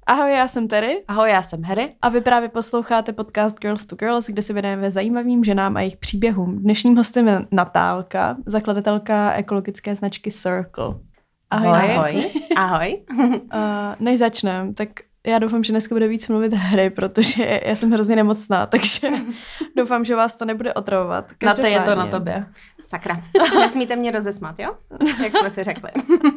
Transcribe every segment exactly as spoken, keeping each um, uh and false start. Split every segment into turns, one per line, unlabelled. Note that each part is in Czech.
Ahoj, já jsem Terry.
Ahoj, já jsem Harry.
A vy právě posloucháte podcast Girls to Girls, kde se věnujeme zajímavým ženám a jejich příběhům. Dnešním hostem je Natálka, zakladatelka ekologické značky Circle.
Ahoj. Ahoj. Ahoj. Ahoj.
uh, než začneme, tak já doufám, že dneska bude víc mluvit Harry, protože já jsem hrozně nemocná, takže doufám, že vás to nebude otravovat.
Na to je to na tobě.
Sakra. Nesmíte mě rozesmat, jo? Jak jsme si řekli.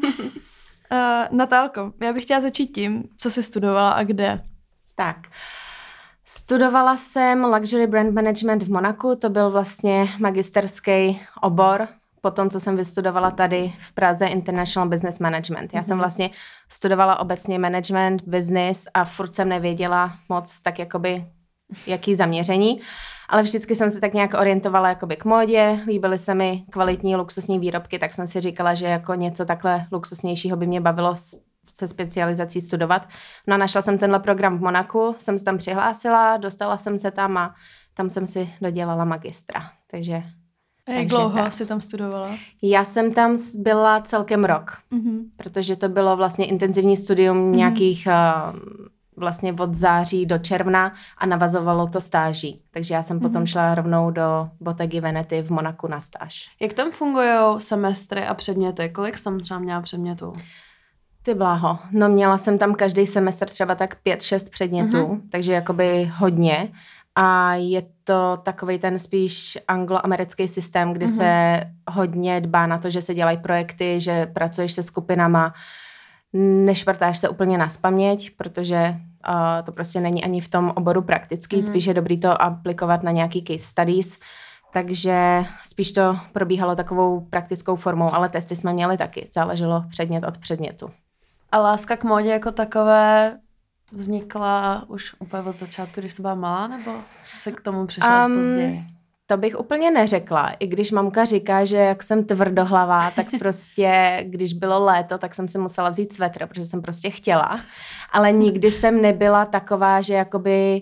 Uh, Natálko, já bych chtěla začít tím, co jsi studovala a kde.
Tak, studovala jsem Luxury Brand Management v Monaku, to byl vlastně magisterský obor, po tom, co jsem vystudovala tady v Praze International Business Management. Já mm-hmm. jsem vlastně studovala obecně management, business a furt jsem nevěděla moc tak jakoby, jaký zaměření, ale vždycky jsem se tak nějak orientovala jakoby k módě, líbily se mi kvalitní luxusní výrobky, tak jsem si říkala, že jako něco takhle luxusnějšího by mě bavilo se specializací studovat. No a našla jsem tenhle program v Monaku, jsem se tam přihlásila, dostala jsem se tam a tam jsem si dodělala magistra, takže...
A jak dlouho tak. jsi tam studovala?
Já jsem tam byla celkem rok, mm-hmm. protože to bylo vlastně intenzivní studium mm-hmm. nějakých uh, vlastně od září do června a navazovalo to stáží. Takže já jsem mm-hmm. potom šla rovnou do Bottega Venety v Monaku na stáž.
Jak tam fungují semestry a předměty? Kolik jsi tam třeba měla předmětů?
Ty bláho, no měla jsem tam každý semestr třeba tak pět, šest předmětů, mm-hmm. takže jakoby hodně. A je to takovej ten spíš angloamerický systém, kdy mm-hmm. se hodně dbá na to, že se dělají projekty, že pracuješ se skupinama, nešvrtáš se úplně naspaměť, protože uh, to prostě není ani v tom oboru praktický, mm-hmm. spíš je dobrý to aplikovat na nějaký case studies, takže spíš to probíhalo takovou praktickou formou, ale testy jsme měli taky, záleželo předmět od předmětu.
A láska k módě jako takové vznikla už úplně od začátku, když jsi byla malá, nebo se k tomu přišla um, později?
To bych úplně neřekla. I když mamka říká, že jak jsem tvrdohlavá, tak prostě, když bylo léto, tak jsem si musela vzít svetr, protože jsem prostě chtěla. Ale nikdy jsem nebyla taková, že jakoby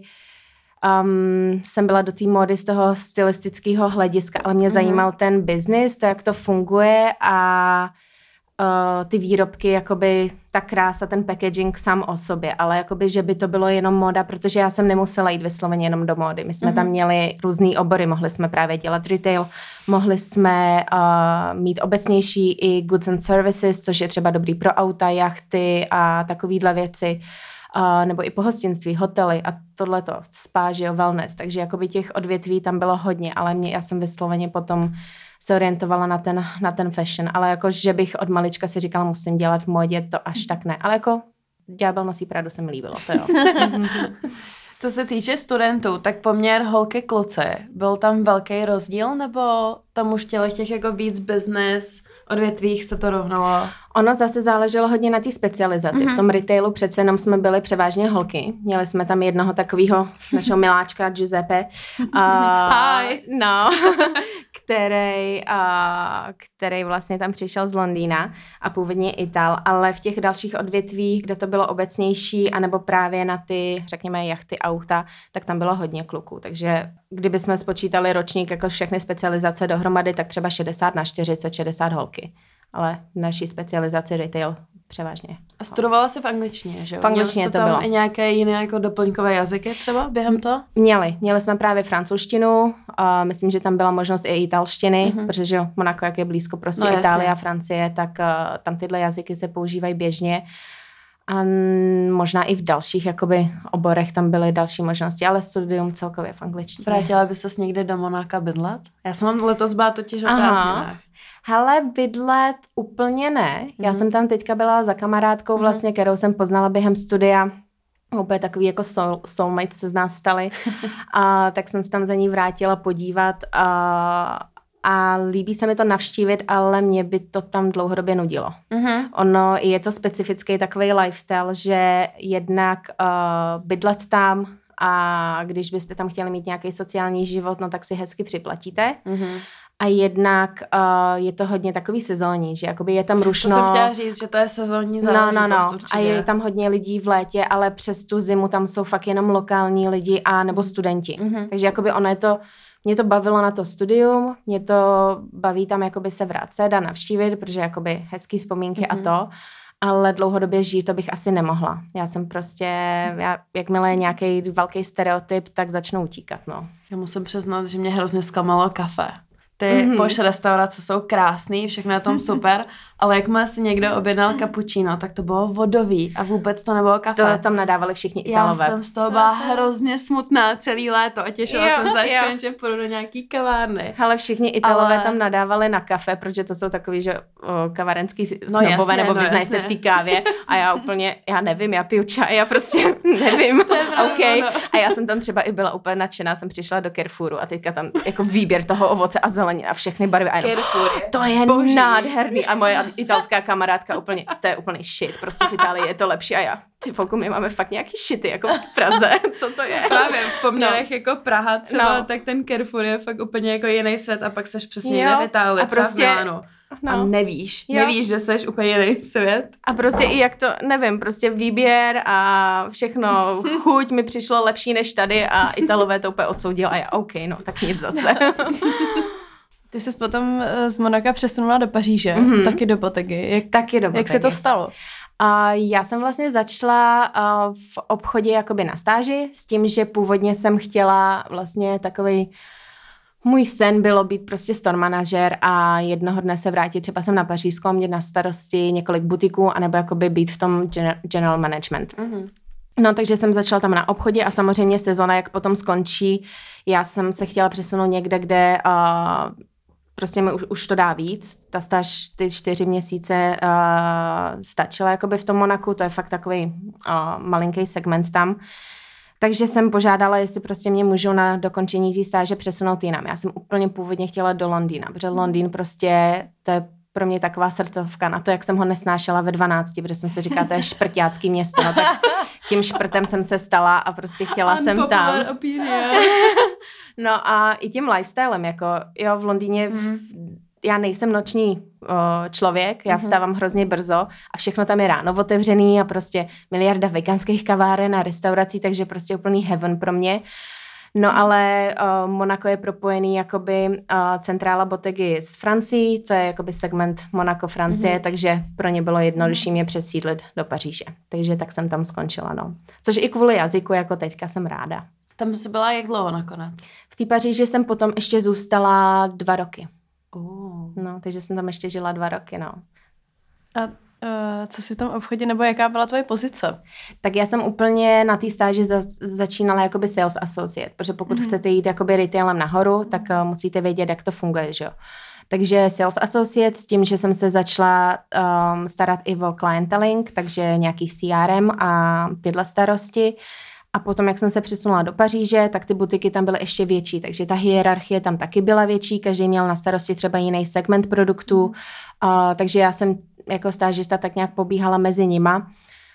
um, jsem byla do té módy z toho stylistického hlediska, ale mě mm-hmm. zajímal ten biznis, to, jak to funguje a Uh, ty výrobky, jakoby ta krása, ten packaging sám o sobě, ale jakoby, že by to bylo jenom móda, protože já jsem nemusela jít vysloveně jenom do módy. My jsme mm-hmm. tam měli různý obory, mohli jsme právě dělat retail, mohli jsme uh, mít obecnější i goods and services, což je třeba dobrý pro auta, jachty a takovýhle věci, uh, nebo i pohostinství, hotely a tohleto, spa, že jo, wellness, takže jakoby těch odvětví tam bylo hodně, ale mě, já jsem vysloveně potom se orientovala na ten, na ten fashion, ale jako, že bych od malička si říkala, musím dělat v módě, to až tak ne, ale jako Ďábel nosí Pradu se mi líbilo, to jo.
Co se týče studentů, tak poměr holky kluci, byl tam velký rozdíl, nebo tam už těle těch jako víc business odvětvích se to rovnalo?
Ono zase záleželo hodně na té specializaci. Mm-hmm. V tom retailu přece jenom jsme byli převážně holky. Měli jsme tam jednoho takového našeho miláčka Giuseppe.
Uh, Hi.
No, který, uh, který vlastně tam přišel z Londýna a původně Ital, ale v těch dalších odvětvích, kde to bylo obecnější, anebo právě na ty, řekněme, jachty, auta, tak tam bylo hodně kluků. Takže kdyby jsme spočítali ročník jako všechny specializace dohromady, tak třeba šedesát na čtyřicet, šedesát holky. Ale v naší specializaci retail převážně.
A studovala jsi v angličtině, že jo?
V angličtině to bylo.
Tam i nějaké jiné jako doplňkové jazyky třeba během toho?
Měli. Měli jsme právě francouzštinu, a myslím, že tam byla možnost i italštiny, mm-hmm. protože jo, Monako, jak je blízko prostě no, Itálie a Francie, tak uh, tam tyhle jazyky se používají běžně. A možná i v dalších jakoby oborech tam byly další možnosti, ale studium celkově v angličtině.
Vrátila by ses někde do Monáka bydlet? Já jsem letos byla totiž o prázdninách.
Hele, bydlet úplně ne. Já mm-hmm. jsem tam teďka byla za kamarádkou vlastně, kterou jsem poznala během studia. Úplně takový jako soul, soulmates se z nás stali. A tak jsem se tam za ní vrátila podívat a, a líbí se mi to navštívit, ale mě by to tam dlouhodobě nudilo. Mm-hmm. Ono je to specifický takový lifestyle, že jednak uh, bydlet tam a když byste tam chtěli mít nějaký sociální život, no tak si hezky připlatíte. Mm-hmm. A jednak uh, je to hodně takový sezónní, že jakoby je tam rušno.
To jsem chtěla říct, že to je sezónní záležitost.
No, no, no.
Určitě.
A je tam hodně lidí v létě, ale přes tu zimu tam jsou fakt jenom lokální lidi a nebo studenti. Mm-hmm. Takže jakoby ono je to, mě to bavilo na to studium, mě to baví tam jakoby se vracet a navštívit, protože jakoby hezký vzpomínky mm-hmm. a to. ale dlouhodobě žít to bych asi nemohla. Já jsem prostě, já, jakmile je nějaký velký stereotyp, tak začnu utíkat, no.
Já musím přiznat, že mě hrozně zklamalo kafe. Ty
Mm-hmm.
poš restaurace jsou krásný, všechno je tom super, ale jakmile si někdo objednal cappuccino, tak to bylo vodový a vůbec to nebylo kafe.
To tam nadávali všichni Italové.
Já jsem z toho byla hrozně smutná celý léto a těšila
Jo,
jsem se, až
jo.
konečně půjdu do nějaký kavárny.
Ale všichni Italové
Ale-
tam nadávali na kafe, protože to jsou takový, že o, kavárenský
No
snobové,
jasně,
nebo
no
vyznají se
jasně.
v té kávě a já úplně, já nevím, já piju čaj, já prostě nevím,
pravda,
okay.
no.
A já jsem tam třeba i byla úplně nadšená, jsem přišla do Carrefouru a teďka tam jako výběr toho ovoce a zelenina a všechny barvy a jenom,
Carrefour je
to je
boží.
nádherný a moje italská kamarádka úplně, to je úplný shit, prostě v Itálii je to lepší a já, ty pokud my máme fakt nějaký shity jako v Praze, co to je?
Právě v poměrech
No.
jako Praha třeba,
No.
tak ten Carrefour je fakt úplně jako jiný svět a pak seš přesně
Jo,
někde v Itálii,
a
třeba
prostě-
v Milánu.
No.
A nevíš,
Jo.
nevíš, že seš úplně jiný svět.
A prostě i jak to, nevím, prostě výběr a všechno, chuť mi přišlo lepší než tady a Italové to úplně odsoudili a já, OK, no, tak nic zase.
Ty jsi potom eh, z Monaka přesunula do Paříže,
Mhm.
taky do Bottega. Jak,
Taky do
jak se to
Bottega.
stalo?
A já jsem vlastně začala uh, v obchodě jakoby na stáži s tím, že původně jsem chtěla vlastně takovej, můj sen bylo být prostě store manažer a jednoho dne se vrátit třeba jsem na Pařížskou a mít na starosti několik butiků anebo jakoby být v tom gener- general management.
Mm-hmm.
No, takže jsem začala tam na obchodě a samozřejmě sezona, jak potom skončí, já jsem se chtěla přesunout někde, kde uh, prostě mi už, už to dá víc. Ta stáž ty čtyři měsíce uh, stačila jakoby v tom Monaku, to je fakt takový uh, malinký segment tam. Takže jsem požádala, jestli prostě mě můžou na dokončení té stáže přesunout jinam. Já jsem úplně původně chtěla do Londýna, protože Londýn prostě, to je pro mě taková srdcovka na to, jak jsem ho nesnášela ve dvanácti, protože jsem si říkala, to je šprťácký město, no, tak tím šprtem jsem se stala a prostě chtěla jsem tam. No a i tím lifestylem, jako jo, v Londýně, mm. já nejsem noční o, člověk, já vstávám mm-hmm. hrozně brzo a všechno tam je ráno otevřený a prostě miliarda veganských kaváren a restaurací, takže prostě úplný heaven pro mě. No ale uh, Monako je propojený jakoby uh, centrála Bottegy s Francií, to je jakoby segment Monako Francie, mm-hmm. takže pro ně bylo jednodušší mě přesídlit do Paříže. Takže tak jsem tam skončila, no. Což i kvůli jazyku, jako teďka jsem ráda.
Tam jsi byla jak dlouho nakonec?
V té Paříži jsem potom ještě zůstala dva roky.
Uh.
No, takže jsem tam ještě žila dva roky, no.
A uh, co jsi v tom obchodě, nebo jaká byla tvoje pozice?
Tak já jsem úplně na té stáži za, začínala jakoby sales associate, protože pokud mm-hmm. chcete jít jakoby retailem nahoru, tak uh, musíte vědět, jak to funguje, že jo. Takže sales associate s tím, že jsem se začala um, starat i o clienteling, takže nějaký C R M a tyhle starosti. A potom, jak jsem se přesunula do Paříže, tak ty butiky tam byly ještě větší, takže ta hierarchie tam taky byla větší, každý měl na starosti třeba jiný segment produktů, uh, takže já jsem jako stážista tak nějak pobíhala mezi nima.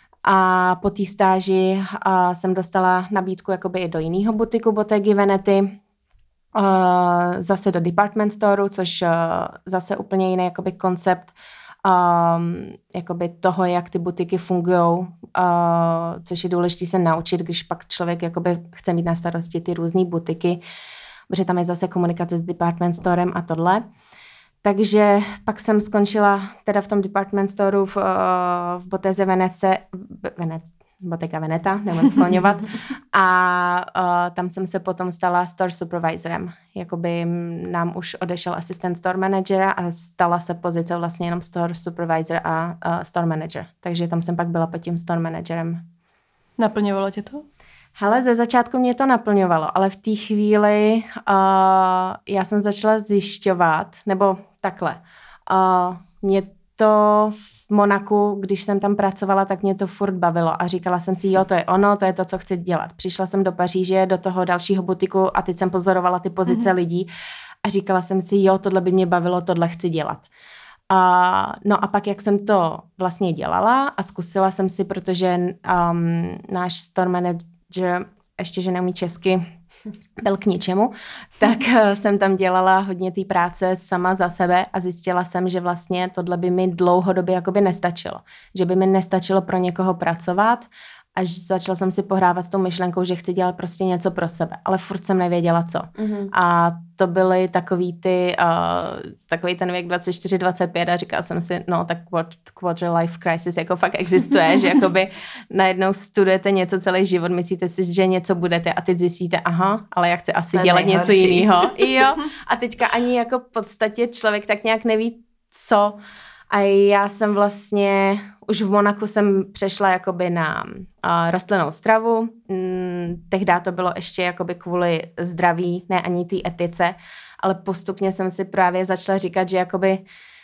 A po té stáži uh, jsem dostala nabídku jakoby i do jiného butiku Bottegy Venety, uh, zase do department storeu, což uh, zase úplně jiný jakoby koncept um, jakoby toho, jak ty butiky fungujou, uh, což je důležité se naučit, když pak člověk jakoby chce mít na starosti ty různé butiky, protože tam je zase komunikace s department storem a tohle. Takže pak jsem skončila teda v tom department storeu v, uh, v Botteze Venece, Venet, Bottega Veneta, nemůžu skloňovat. A uh, tam jsem se potom stala store supervisorem. Jakoby nám už odešel asistent store managera a stala se pozice vlastně jenom store supervisor a uh, store manager. Takže tam jsem pak byla pod tím store managerem.
Naplňovalo tě to?
Hele, ze začátku mě to naplňovalo, ale v té chvíli uh, já jsem začala zjišťovat, nebo takhle, uh, mě to v Monaku, když jsem tam pracovala, tak mě to furt bavilo a říkala jsem si, jo, to je ono, to je to, co chci dělat. Přišla jsem do Paříže, do toho dalšího butiku a teď jsem pozorovala ty pozice mm-hmm. lidí a říkala jsem si, jo, tohle by mě bavilo, tohle chci dělat. Uh, no a pak, jak jsem to vlastně dělala a zkusila jsem si, protože um, náš store manager, ještě, že neumí česky, byl k ničemu, tak jsem tam dělala hodně té práce sama za sebe a zjistila jsem, že vlastně tohle by mi dlouhodobě jakoby nestačilo. Že by mi nestačilo pro někoho pracovat Až začala jsem si pohrávat s tou myšlenkou, že chci dělat prostě něco pro sebe, ale furt jsem nevěděla co. Mm-hmm. A to byly takový ty, uh, takový ten věk dvacet čtyři dvacet pět a říkala jsem si, no tak quarter life crisis jako fakt existuje, že jakoby najednou studujete něco celý život, myslíte si, že něco budete a teď zjistíte, aha, ale já chci asi dělat nejhorší. Něco jiného. Jo. A teďka ani jako v podstatě člověk tak nějak neví co. A já jsem vlastně, už v Monaku jsem přešla jakoby na uh, rostlinnou stravu. Mm, tehdy to bylo ještě jakoby kvůli zdraví, ne ani té etice, ale postupně jsem si právě začala říkat, že jakoby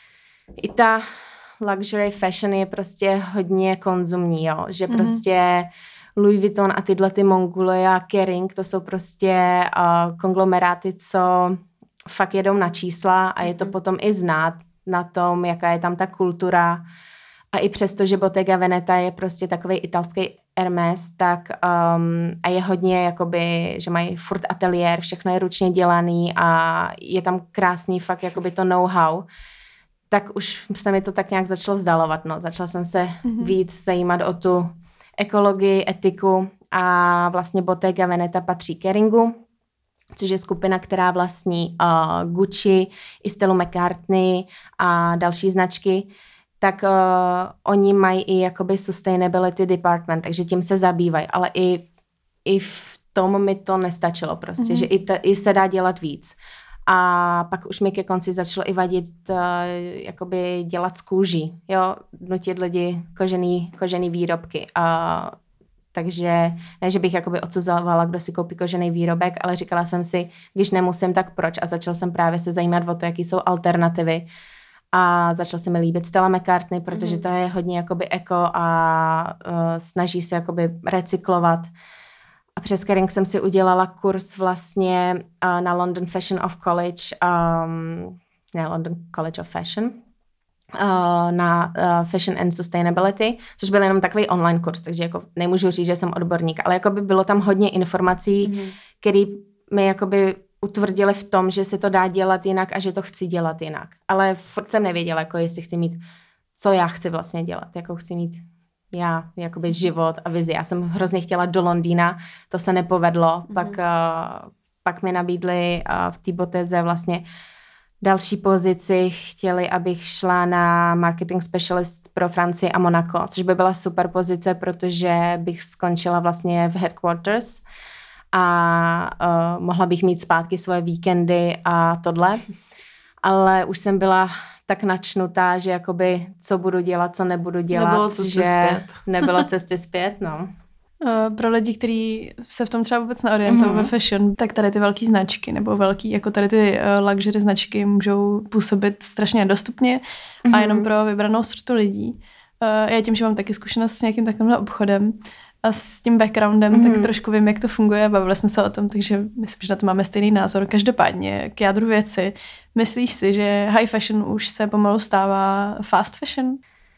i ta luxury fashion je prostě hodně konzumní, jo? Že mm-hmm. prostě Louis Vuitton a tyhle ty Mongolia, Kering, to jsou prostě uh, konglomeráty, co fakt jedou na čísla a je to mm-hmm. potom i znát na tom, jaká je tam ta kultura. A i přesto, že Bottega Veneta je prostě takový italský Hermes, tak um, a je hodně, jakoby, že mají furt ateliér, všechno je ručně dělaný a je tam krásný fakt jakoby to know-how, tak už se mi to tak nějak začalo vzdalovat. No. Začala jsem se mm-hmm. víc zajímat o tu ekologii, etiku a vlastně Bottega Veneta patří Keringu, což je skupina, která vlastní uh, Gucci, i Stellu McCartney a další značky, tak uh, oni mají i jakoby sustainability department, takže tím se zabývají, ale i, i v tom mi to nestačilo prostě, mm-hmm. že i, ta, i se dá dělat víc. A pak už mi ke konci začalo i vadit uh, jakoby dělat z kůží, jo, nutit lidi kožený, kožený výrobky a uh, takže ne, že bych jakoby odsuzovala, kdo si koupí kožený výrobek, ale říkala jsem si, když nemusím, tak proč? A začal jsem právě se zajímat o to, jaký jsou alternativy. A začal se mi líbit Stella McCartney, protože mm. ta je hodně jakoby eko a uh, snaží se jakoby recyklovat. A přes Kering jsem si udělala kurz vlastně uh, na London Fashion of College, um, ne, London College of Fashion, Uh, na uh, Fashion and Sustainability, což byl jenom takový online kurz, takže jako nemůžu říct, že jsem odborník, ale jako by bylo tam hodně informací, mm-hmm. které mi jakoby utvrdily v tom, že se to dá dělat jinak a že to chci dělat jinak. Ale furt jsem nevěděla, jako jestli chci mít, co já chci vlastně dělat, jako chci mít já jakoby život a vizi. Já jsem hrozně chtěla do Londýna, to se nepovedlo, mm-hmm. pak, uh, pak mi nabídli uh, v té Botteze vlastně další pozici, chtěli, abych šla na marketing specialist pro Francii a Monako, což by byla super pozice, protože bych skončila vlastně v headquarters a uh, mohla bych mít zpátky svoje víkendy a tohle. Ale už jsem byla tak načnutá, že jakoby co budu dělat, co nebudu dělat.
Nebylo cesty
že
zpět.
Nebylo cesty zpět, no.
Uh, pro lidi, kteří se v tom třeba vůbec neorientují mm-hmm. ve fashion, tak tady ty velké značky nebo velký, jako tady ty uh, luxury značky můžou působit strašně nedostupně mm-hmm. a jenom pro vybranou sortu lidí. Uh, já tím, že mám taky zkušenost s nějakým takovým obchodem a s tím backgroundem, mm-hmm. tak trošku vím, jak to funguje, bavili jsme se o tom, takže myslím, že na to máme stejný názor. Každopádně k jádru věci, myslíš si, že high fashion už se pomalu stává fast fashion?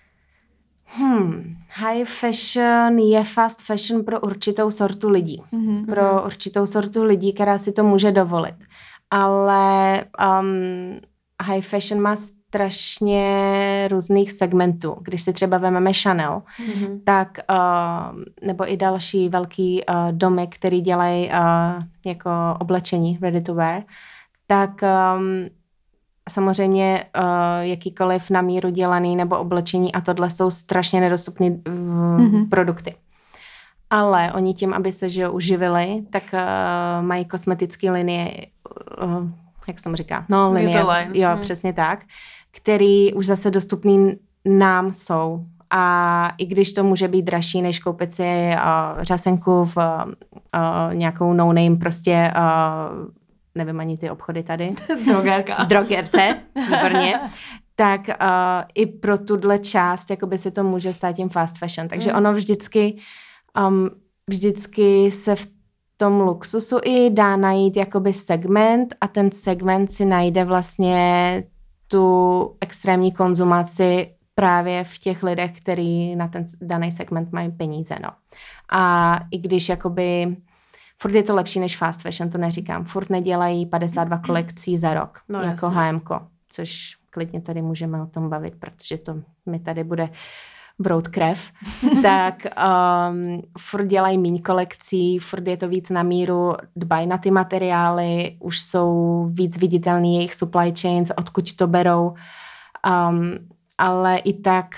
Hmm, high fashion je fast fashion pro určitou sortu lidí. Mm-hmm. Pro určitou sortu lidí, která si to může dovolit. Ale um, high fashion má strašně různých segmentů. Když si třeba vezmeme Chanel, mm-hmm. tak uh, nebo i další velký uh, domy, který dělají uh, jako oblečení ready to wear, tak um, samozřejmě uh, jakýkoliv na míru dělaný nebo oblečení a tohle jsou strašně nedostupné uh, mm-hmm. produkty. Ale oni tím, aby se že uživili, tak uh, mají kosmetické linie, uh, jak se tomu říká? No, linie, jo, přesně tak, který už zase dostupný nám jsou. A i když to může být dražší, než koupit si uh, řasenku v uh, nějakou no-name prostě uh, nevím ani ty obchody tady.
Drogérka.
V drogerce, výborně. Tak uh, i pro tuhle část jakoby se to může stát tím fast fashion. Takže mm. ono vždycky, um, vždycky se v tom luxusu i dá najít jakoby segment a ten segment si najde vlastně tu extrémní konzumaci právě v těch lidech, kteří na ten daný segment mají peníze. No. A i když jakoby furt je to lepší než fast fashion, to neříkám. Furt nedělají padesát dva kolekcí za rok, no, jako há emko, což klidně tady můžeme o tom bavit, protože to mi tady bude broud krev, tak um, furt dělají míň kolekcí, furt je to víc na míru, dbají na ty materiály, už jsou víc viditelný jejich supply chains, odkud to berou, um, ale i tak,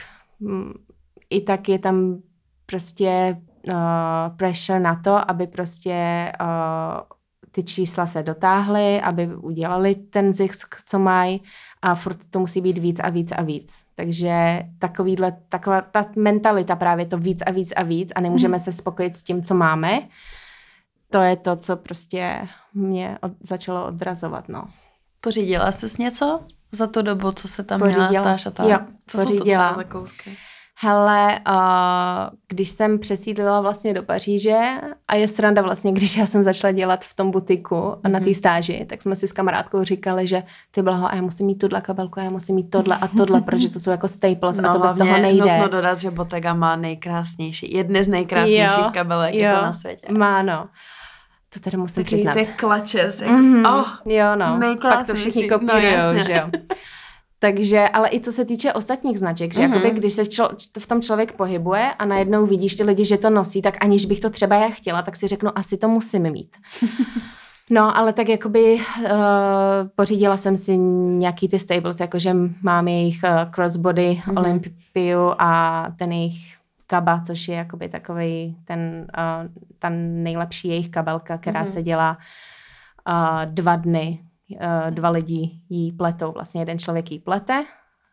i tak je tam prostě uh, pressure na to, aby prostě uh, ty čísla se dotáhly, aby udělali ten zisk, co mají, a furt to musí být víc a víc a víc. Takže takovýhle, taková ta mentalita právě to víc a víc a víc a nemůžeme se spokojit s tím, co máme. To je to, co prostě mě od, začalo odrazovat, no.
Pořídila jsi něco za tu dobu, co se tam
Pořídila.
měla stáž a tak?
Jo,
co
pořídila.
jsou to třeba za kousky?
Hele, uh, když jsem přesídlila vlastně do Paříže a je sranda vlastně, když já jsem začala dělat v tom butiku mm-hmm. na té stáži, tak jsme si s kamarádkou říkali, že ty blaho, a já musím mít tuhle kabelku, a já musím mít tohle a tohle, protože to jsou jako staples no, a to bez toho nejde.
Nutno dodat, že Bottega má nejkrásnější, jedny z nejkrásnějších jo, kabelek
jo,
jako na světě.
Má, no. To tady musím
taky
přiznat.
Taky ty klačes. Jak...
Mm-hmm.
Oh,
jo, no. Pak to všichni kopírujou, no, že jo. Takže, ale i co se týče ostatních značek, že mm-hmm. jakoby, když se v, člo, v tom člověk pohybuje a najednou vidíš ty lidi, že to nosí, tak aniž bych to třeba já chtěla, tak si řeknu, asi to musím mít. No, ale tak jakoby uh, pořídila jsem si nějaký ty staples, jakože mám jejich uh, crossbody mm-hmm. Olympiu a ten jejich Kaba, což je jakoby takovej ten, uh, ta nejlepší jejich kabelka, která mm-hmm. se dělá uh, dva dny. Dva lidi jí pletou, vlastně jeden člověk jí plete,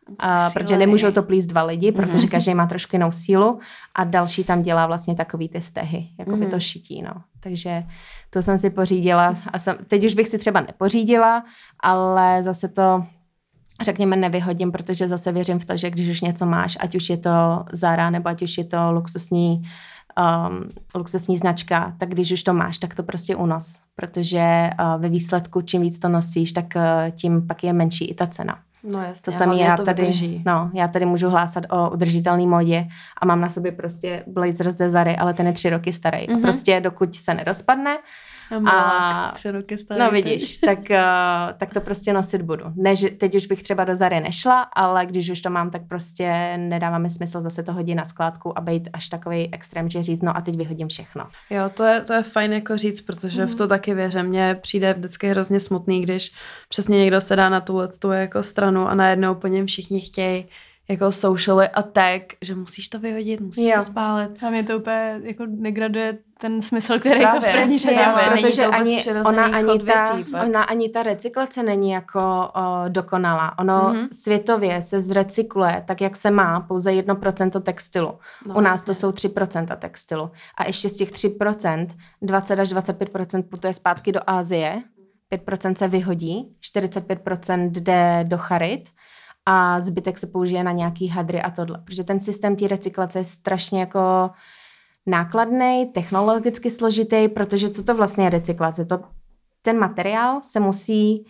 a, protože nemůžou to plíst dva lidi, protože mm-hmm. každý má trošku jinou sílu a další tam dělá vlastně takový ty stehy, jako by mm-hmm. to šití, no. Takže to jsem si pořídila a jsem, teď už bych si třeba nepořídila, ale zase to řekněme nevyhodím, protože zase věřím v to, že když už něco máš, ať už je to Zara nebo ať už je to luxusní Um, luxusní značka, tak když už to máš, tak to prostě unos, protože uh, ve výsledku, čím víc to nosíš, tak uh, tím pak je menší i ta cena.
No jasně,
to samé já
to
tady,
vydrží.
no, já tady můžu hlásat o udržitelné módě a mám na sobě prostě blazer ze Zary, ale ten je tři roky starý. Mm-hmm. Prostě dokud se nerozpadne,
A, a tři roky starý.
No vidíš, tak, uh, tak to prostě nosit budu. Ne, že teď už bych třeba do Zary nešla, ale když už to mám, tak prostě nedává mi smysl zase to hodit na skládku a být až takový extrém, že říct, no a teď vyhodím všechno.
Jo, to je, to je fajn jako říct, protože mm. v to taky věřím. Mně přijde vždycky hrozně smutný, když přesně někdo se dá na tuhle tu jako stranu a najednou po něm všichni chtějí jako socially attack, že musíš to vyhodit, musíš
jo.
to spálit.
A mě to úplně jako degraduje ten smysl, který
právě,
to v první řadě
má.
Protože ani, ona, ani ta,
věcí,
ona ani ta recyklace není jako o, dokonalá. Ono mm-hmm. světově se zrecykluje tak, jak se má, pouze jedno procento textilu. No, U nás vlastně. To jsou tři procenta textilu. A ještě z těch tři procent dvacet až dvacet pět procent putuje zpátky do Asie, pět procent se vyhodí, čtyřicet pět procent jde do charit a zbytek se použije na nějaký hadry a tohle. Protože ten systém té recyklace je strašně jako nákladný, technologicky složitý, protože co to vlastně je recyklace? To, ten materiál se musí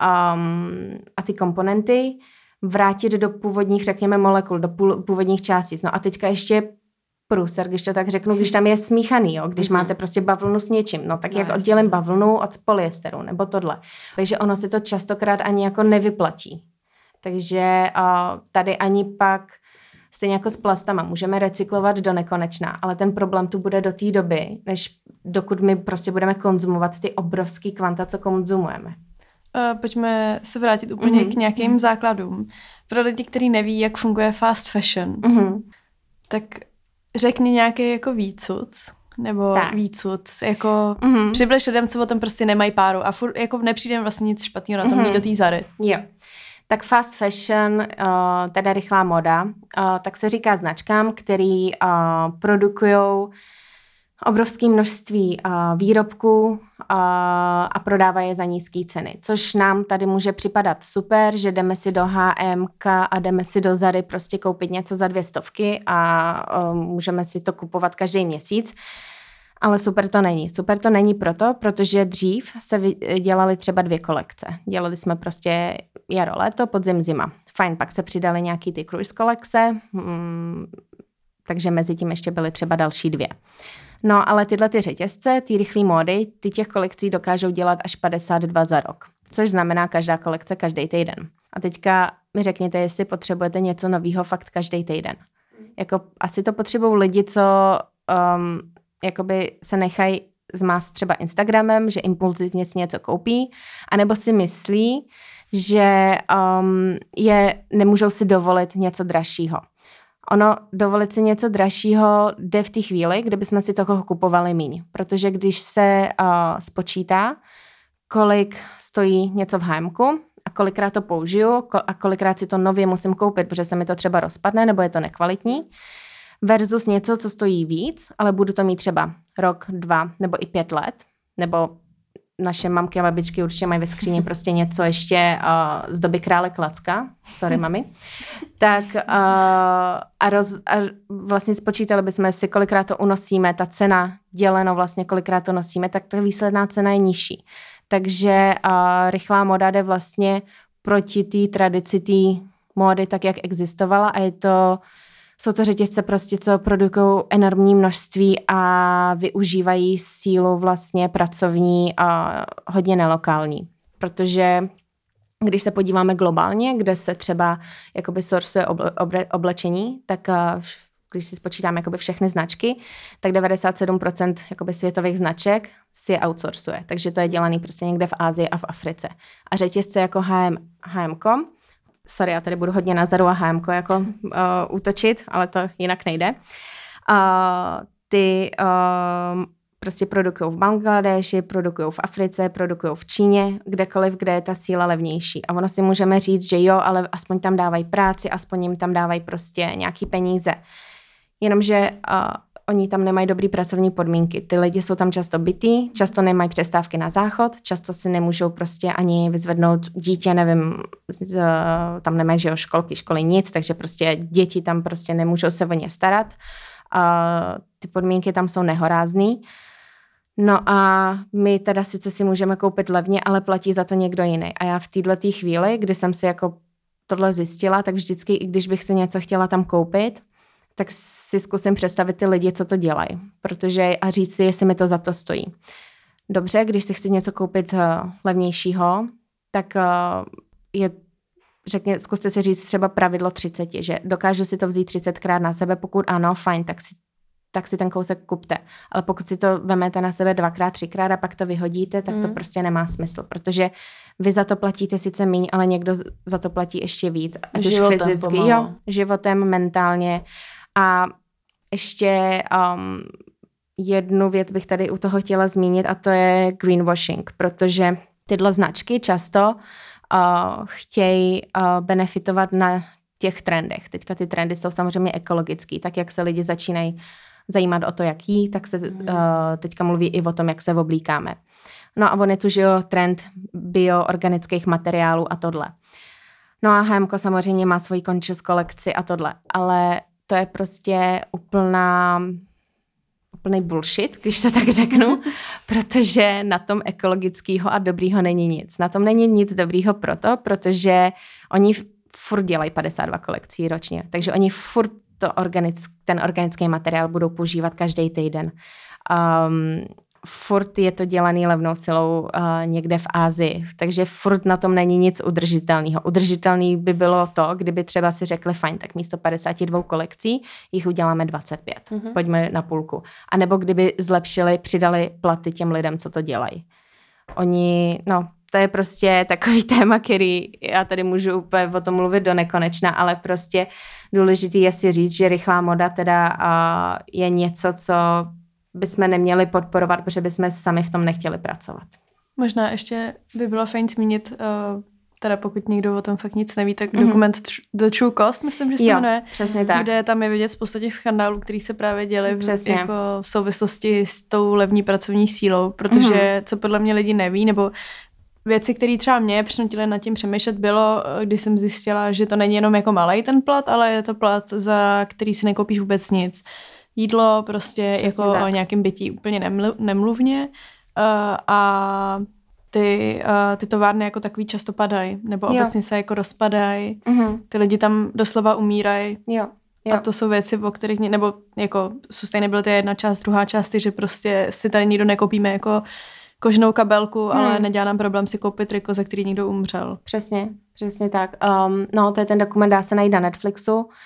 um, a ty komponenty vrátit do původních, řekněme, molekul, do původních částic. No a teďka ještě průser, když to tak řeknu, když tam je smíchaný, jo? Když mm-hmm. máte prostě bavlnu s něčím, no tak no, jak jasný. Oddělím bavlnu od polyesteru nebo tohle. Takže ono si to častokrát ani jako nevyplatí. Takže uh, tady ani pak stejně jako s plastama můžeme recyklovat do nekonečna, ale ten problém tu bude do té doby, než dokud my prostě budeme konzumovat ty obrovský kvanta, co konzumujeme.
Uh, pojďme se vrátit úplně mm-hmm. k nějakým základům. Pro lidi, kteří neví, jak funguje fast fashion, mm-hmm. tak řekni nějaký jako výcuc, nebo tak. výcuc, jako mm-hmm. přibliž lidem, co o tom prostě nemají páru a furt jako nepřijde vlastně nic špatného na tom mm-hmm. jít do té Zary.
Jo. Tak fast fashion, uh, teda rychlá moda, uh, tak se říká značkám, který uh, produkujou obrovské množství uh, výrobků uh, a prodávají je za nízké ceny. Což nám tady může připadat super, že jdeme si do H and M a jdeme si do Zary prostě koupit něco za dvě stovky a uh, můžeme si to kupovat každý měsíc. Ale super to není. Super to není proto, protože dřív se dělaly třeba dvě kolekce. Dělali jsme prostě jaro, léto, podzim, zima. Fajn, pak se přidaly nějaký ty cruise kolekce, mm, takže mezi tím ještě byly třeba další dvě. No, ale tyhle ty řetězce, ty rychlé módy, ty těch kolekcí dokážou dělat až padesát dva za rok, což znamená každá kolekce každý týden. A teďka mi řekněte, jestli potřebujete něco nového fakt každý týden. Jako asi to potřebují lidi, co um, jakoby se nechají zmást třeba Instagramem, že impulzivně si něco koupí, anebo si myslí, že um, je, nemůžou si dovolit něco dražšího. Ono, dovolit si něco dražšího jde v té chvíli, kdyby jsme si toho kupovali míň. Protože když se uh, spočítá, kolik stojí něco v há emku a kolikrát to použiju a kolikrát si to nově musím koupit, protože se mi to třeba rozpadne nebo je to nekvalitní, versus něco, co stojí víc, ale budu to mít třeba rok, dva nebo i pět let, nebo naše mamky a babičky určitě mají ve skříni prostě něco ještě uh, z doby krále Klacka, sorry mami, tak uh, a, roz, a vlastně spočítali bychom si, kolikrát to unosíme, ta cena děleno vlastně, kolikrát to nosíme, tak ta výsledná cena je nižší. Takže uh, rychlá moda jde vlastně proti té tradici té módy, tak jak existovala a je to, jsou to řetězce prostě, co produkují enormní množství a využívají sílu vlastně pracovní a hodně nelokální. Protože když se podíváme globálně, kde se třeba jakoby sourcuje oble, oble, oblečení, tak uh, když si spočítáme jakoby všechny značky, tak devadesát sedm procent jakoby světových značek si je outsourcuje. Takže to je dělaný prostě někde v Asii a v Africe. A řetězce jako há em, há emko, sorry, já tady budu hodně na Zaru a há emko jako uh, útočit, ale to jinak nejde. Uh, ty uh, prostě produkují v Bangladeši, produkují v Africe, produkují v Číně, kdekoliv, kde je ta síla levnější. A ono si můžeme říct, že jo, ale aspoň tam dávají práci, aspoň jim tam dávají prostě nějaký peníze. Jenomže uh, oni tam nemají dobrý pracovní podmínky. Ty lidi jsou tam často bytý, často nemají přestávky na záchod, často si nemůžou prostě ani vyzvednout dítě, nevím, z, tam nemají, že jo, školky, školy, nic, takže prostě děti tam prostě nemůžou se o ně starat. Uh, ty podmínky tam jsou nehorázný. No a my teda sice si můžeme koupit levně, ale platí za to někdo jiný. A já v této chvíli, kdy jsem si jako tohle zjistila, tak vždycky, i když bych si něco chtěla tam koupit, tak si zkusím představit ty lidi, co to dělají. Protože a říct si, jestli mi to za to stojí. Dobře, když si chci něco koupit uh, levnějšího, tak uh, je, řekně, zkuste si říct třeba pravidlo třicet, že dokážu si to vzít třicetkrát na sebe, pokud ano, fajn, tak si, tak si ten kousek kupte. Ale pokud si to vemete na sebe dvakrát, třikrát a pak to vyhodíte, tak mm. to prostě nemá smysl, protože vy za to platíte sice míň, ale někdo za to platí ještě víc. Ať už fyzicky, jo, životem, mentálně. A ještě um, jednu věc bych tady u toho chtěla zmínit a to je greenwashing, protože tyhle značky často uh, chtějí uh, benefitovat na těch trendech. Teďka ty trendy jsou samozřejmě ekologický, tak jak se lidi začínají zajímat o to, jak jí, tak se uh, teďka mluví i o tom, jak se oblíkáme. No a on je tu, že jo, trend bioorganických materiálů a tohle. No a há emko samozřejmě má svoji conscious kolekci a tohle, ale to je prostě úplná, úplný bullshit, když to tak řeknu, protože na tom ekologického a dobrýho není nic. Na tom není nic dobrýho proto, protože oni furt dělají padesát dva kolekcí ročně, takže oni furt to organick, ten organický materiál budou používat každý týden. Um, furt je to dělaný levnou silou uh, někde v Asii, takže furt na tom není nic udržitelného. Udržitelný by bylo to, kdyby třeba si řekli, fajn, tak místo padesát dva kolekcí jich uděláme dvacet pět. Mm-hmm. Pojďme na půlku. A nebo kdyby zlepšili, přidali platy těm lidem, co to dělají. Oni, no, to je prostě takový téma, který já tady můžu úplně o tom mluvit do nekonečna, ale prostě důležitý je si říct, že rychlá moda teda uh, je něco, co bychom neměli podporovat, protože bychom sami v tom nechtěli pracovat.
Možná ještě by bylo fajn zmínit, uh, teda pokud někdo o tom fakt nic neví, tak mm-hmm. dokument The True Cost, myslím, že se to jmenuje.
Přesně tak.
Kde tam je vidět spousta těch skandálů, který se právě děly v, jako v souvislosti s tou levní pracovní sílou, protože mm-hmm. co podle mě lidi neví, nebo věci, které třeba mě přinutily nad tím přemýšlet, bylo, když jsem zjistila, že to není jenom jako malej ten plat, ale je to plat, za který si nekoupíš vůbec nic. Jídlo prostě přesně jako tak. O nějakém bytí úplně nemlu, nemluvně uh, a ty, uh, ty továrny jako takový často padají, nebo jo. obecně se jako rozpadají. Mm-hmm. Ty lidi tam doslova umírají.
Jo. Jo.
A to jsou věci, o kterých, nebo jako sustainability je jedna část, druhá část je, že prostě si tady nikdo nekoupíme jako kožnou kabelku, hmm. ale nedělá nám problém si koupit triko, za který někdo umřel.
Přesně, přesně tak. Um, no, to je ten dokument, dá se najít na Netflixu.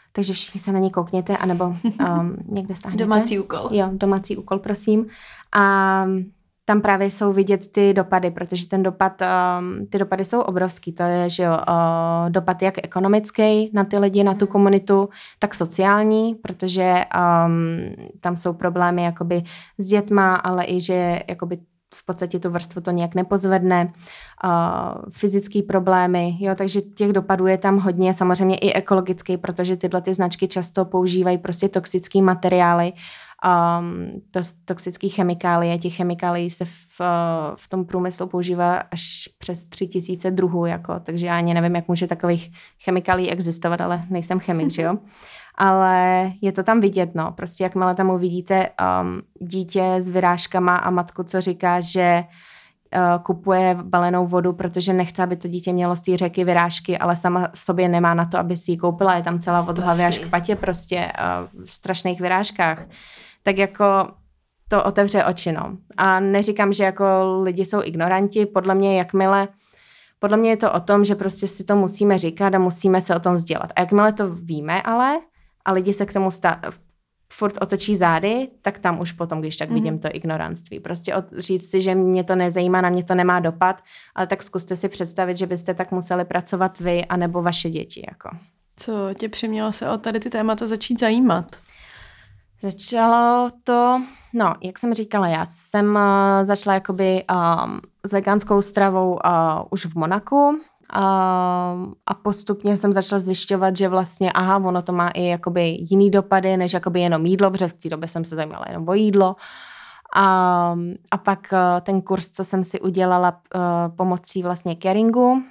takže všichni se na ní koukněte, anebo um, někde stáhněte.
Domácí úkol.
Jo, domácí úkol, prosím. A tam právě jsou vidět ty dopady, protože ten dopad, um, ty dopady jsou obrovský. To je, že jo, uh, dopad jak ekonomický na ty lidi, na tu komunitu, tak sociální, protože um, tam jsou problémy jakoby s dětma, ale i, že jakoby v podstatě tu vrstvu to nějak nepozvedne, uh, fyzický problémy, jo, takže těch dopadů je tam hodně, samozřejmě i ekologický, protože tyhle ty značky často používají prostě toxický materiály, um, to, toxický chemikálie, těch chemikálií se v, v tom průmyslu používá až přes tři tisíce druhů, jako, takže já ani nevím, jak může takových chemikálií existovat, ale nejsem chemik, že jo. Ale je to tam vidět, no. Prostě jakmile tam uvidíte um, dítě s vyrážkama a matku, co říká, že uh, kupuje balenou vodu, protože nechce, aby to dítě mělo z té řeky vyrážky, ale sama v sobě nemá na to, aby si ji koupila. Je tam celá od hlavy až k patě prostě uh, v strašných vyrážkách. Tak jako to otevře oči, no. A neříkám, že jako lidi jsou ignoranti. Podle mě, jakmile Podle mě je to o tom, že prostě si to musíme říkat a musíme se o tom vzdělat. A jakmile to víme ale a lidi se k tomu stá- furt otočí zády, tak tam už potom, když tak vidím mm-hmm. to ignoranství. Prostě od- říct si, že mě to nezajímá, na mě to nemá dopad, ale tak zkuste si představit, že byste tak museli pracovat vy anebo vaše děti. Jako.
Co tě přimělo se o tady ty témata začít zajímat?
Začalo to, no, jak jsem říkala, já jsem uh, začala jakoby um, s veganskou stravou uh, už v Monaku uh, a postupně jsem začala zjišťovat, že vlastně, aha, ono to má i jakoby jiný dopady, než jakoby jenom jídlo, protože v té době jsem se zajímala jenom o jídlo. A, a pak uh, ten kurz, co jsem si udělala uh, pomocí vlastně caringu, uh,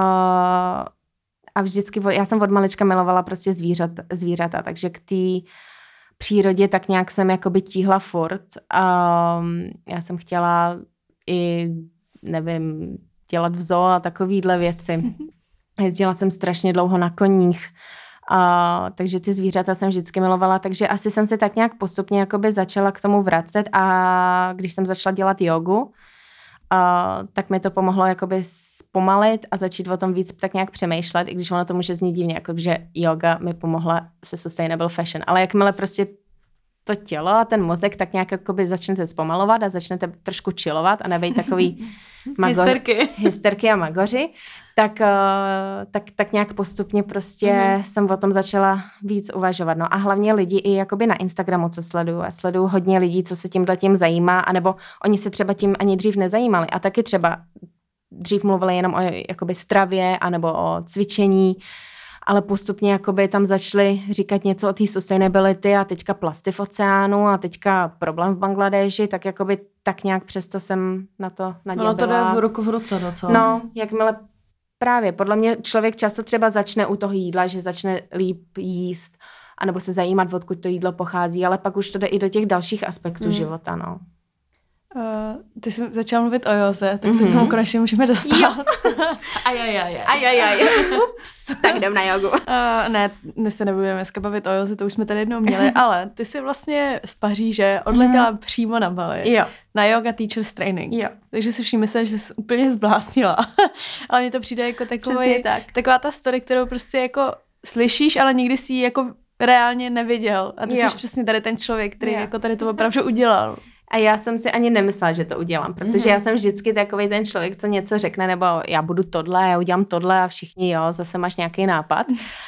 a vždycky, já jsem od malička milovala prostě zvířat, zvířata, takže k té přírodě tak nějak jsem jakoby tíhla furt. Um, já jsem chtěla i, nevím, dělat v zoo a takovýhle věci. Jezdila jsem strašně dlouho na koních, uh, takže ty zvířata jsem vždycky milovala, takže asi jsem se tak nějak postupně jakoby začala k tomu vracet a když jsem začala dělat jogu, Uh, tak mi to pomohlo jakoby zpomalit a začít o tom víc tak nějak přemýšlet, i když ono to může znít divně, jako že yoga mi pomohla se sustainable fashion. Ale jakmile prostě to tělo a ten mozek tak nějak jakoby začnete zpomalovat a začnete trošku chillovat a nebejt takový mago-
hysterky.
hysterky a magoři, tak, uh, tak, tak nějak postupně prostě mm-hmm. jsem o tom začala víc uvažovat. No a hlavně lidi i jakoby na Instagramu, co sleduju. A sleduju hodně lidí, co se tímhle tím zajímá, anebo oni se třeba tím ani dřív nezajímali. A taky třeba dřív mluvili jenom o jakoby stravě anebo o cvičení, ale postupně jakoby tam začali říkat něco o té sustainability a teďka plasty v oceánu a teďka problém v Bangladeši, tak jakoby tak nějak přesto jsem na to nadělala.
Ono to jde v ruku v ruce docela.
No, jakmile právě, podle mě člověk často třeba začne u toho jídla, že začne líp jíst, anebo se zajímat, odkud to jídlo pochází, ale pak už to jde i do těch dalších aspektů mm. života, no.
Uh, ty jsi začala mluvit o józe, tak mm-hmm. se k tomu konečně můžeme dostat.
Ajajaj.
Ajajaj. Ups. Tak jdem na jogu. Uh,
ne, my se nebudeme dneska bavit o józe, to už jsme tady jednou měli, ale ty jsi vlastně z Paříže odletěla mm. přímo na Bali.
Jo.
Na yoga teachers training.
Jo.
Takže si všichni mysleli, že jsi úplně zblásnila. Ale mně to přijde jako takový,
tak.
taková ta story, kterou prostě jako slyšíš, ale nikdy si ji jako reálně neviděl. A ty jo. jsi přesně tady ten člověk, který jo. jako tady to opravdu udělal.
A já jsem si ani nemyslela, že to udělám, protože mm-hmm. já jsem vždycky takový ten člověk, co něco řekne, nebo já budu tohle, já udělám tohle a všichni, jo, zase máš nějaký nápad.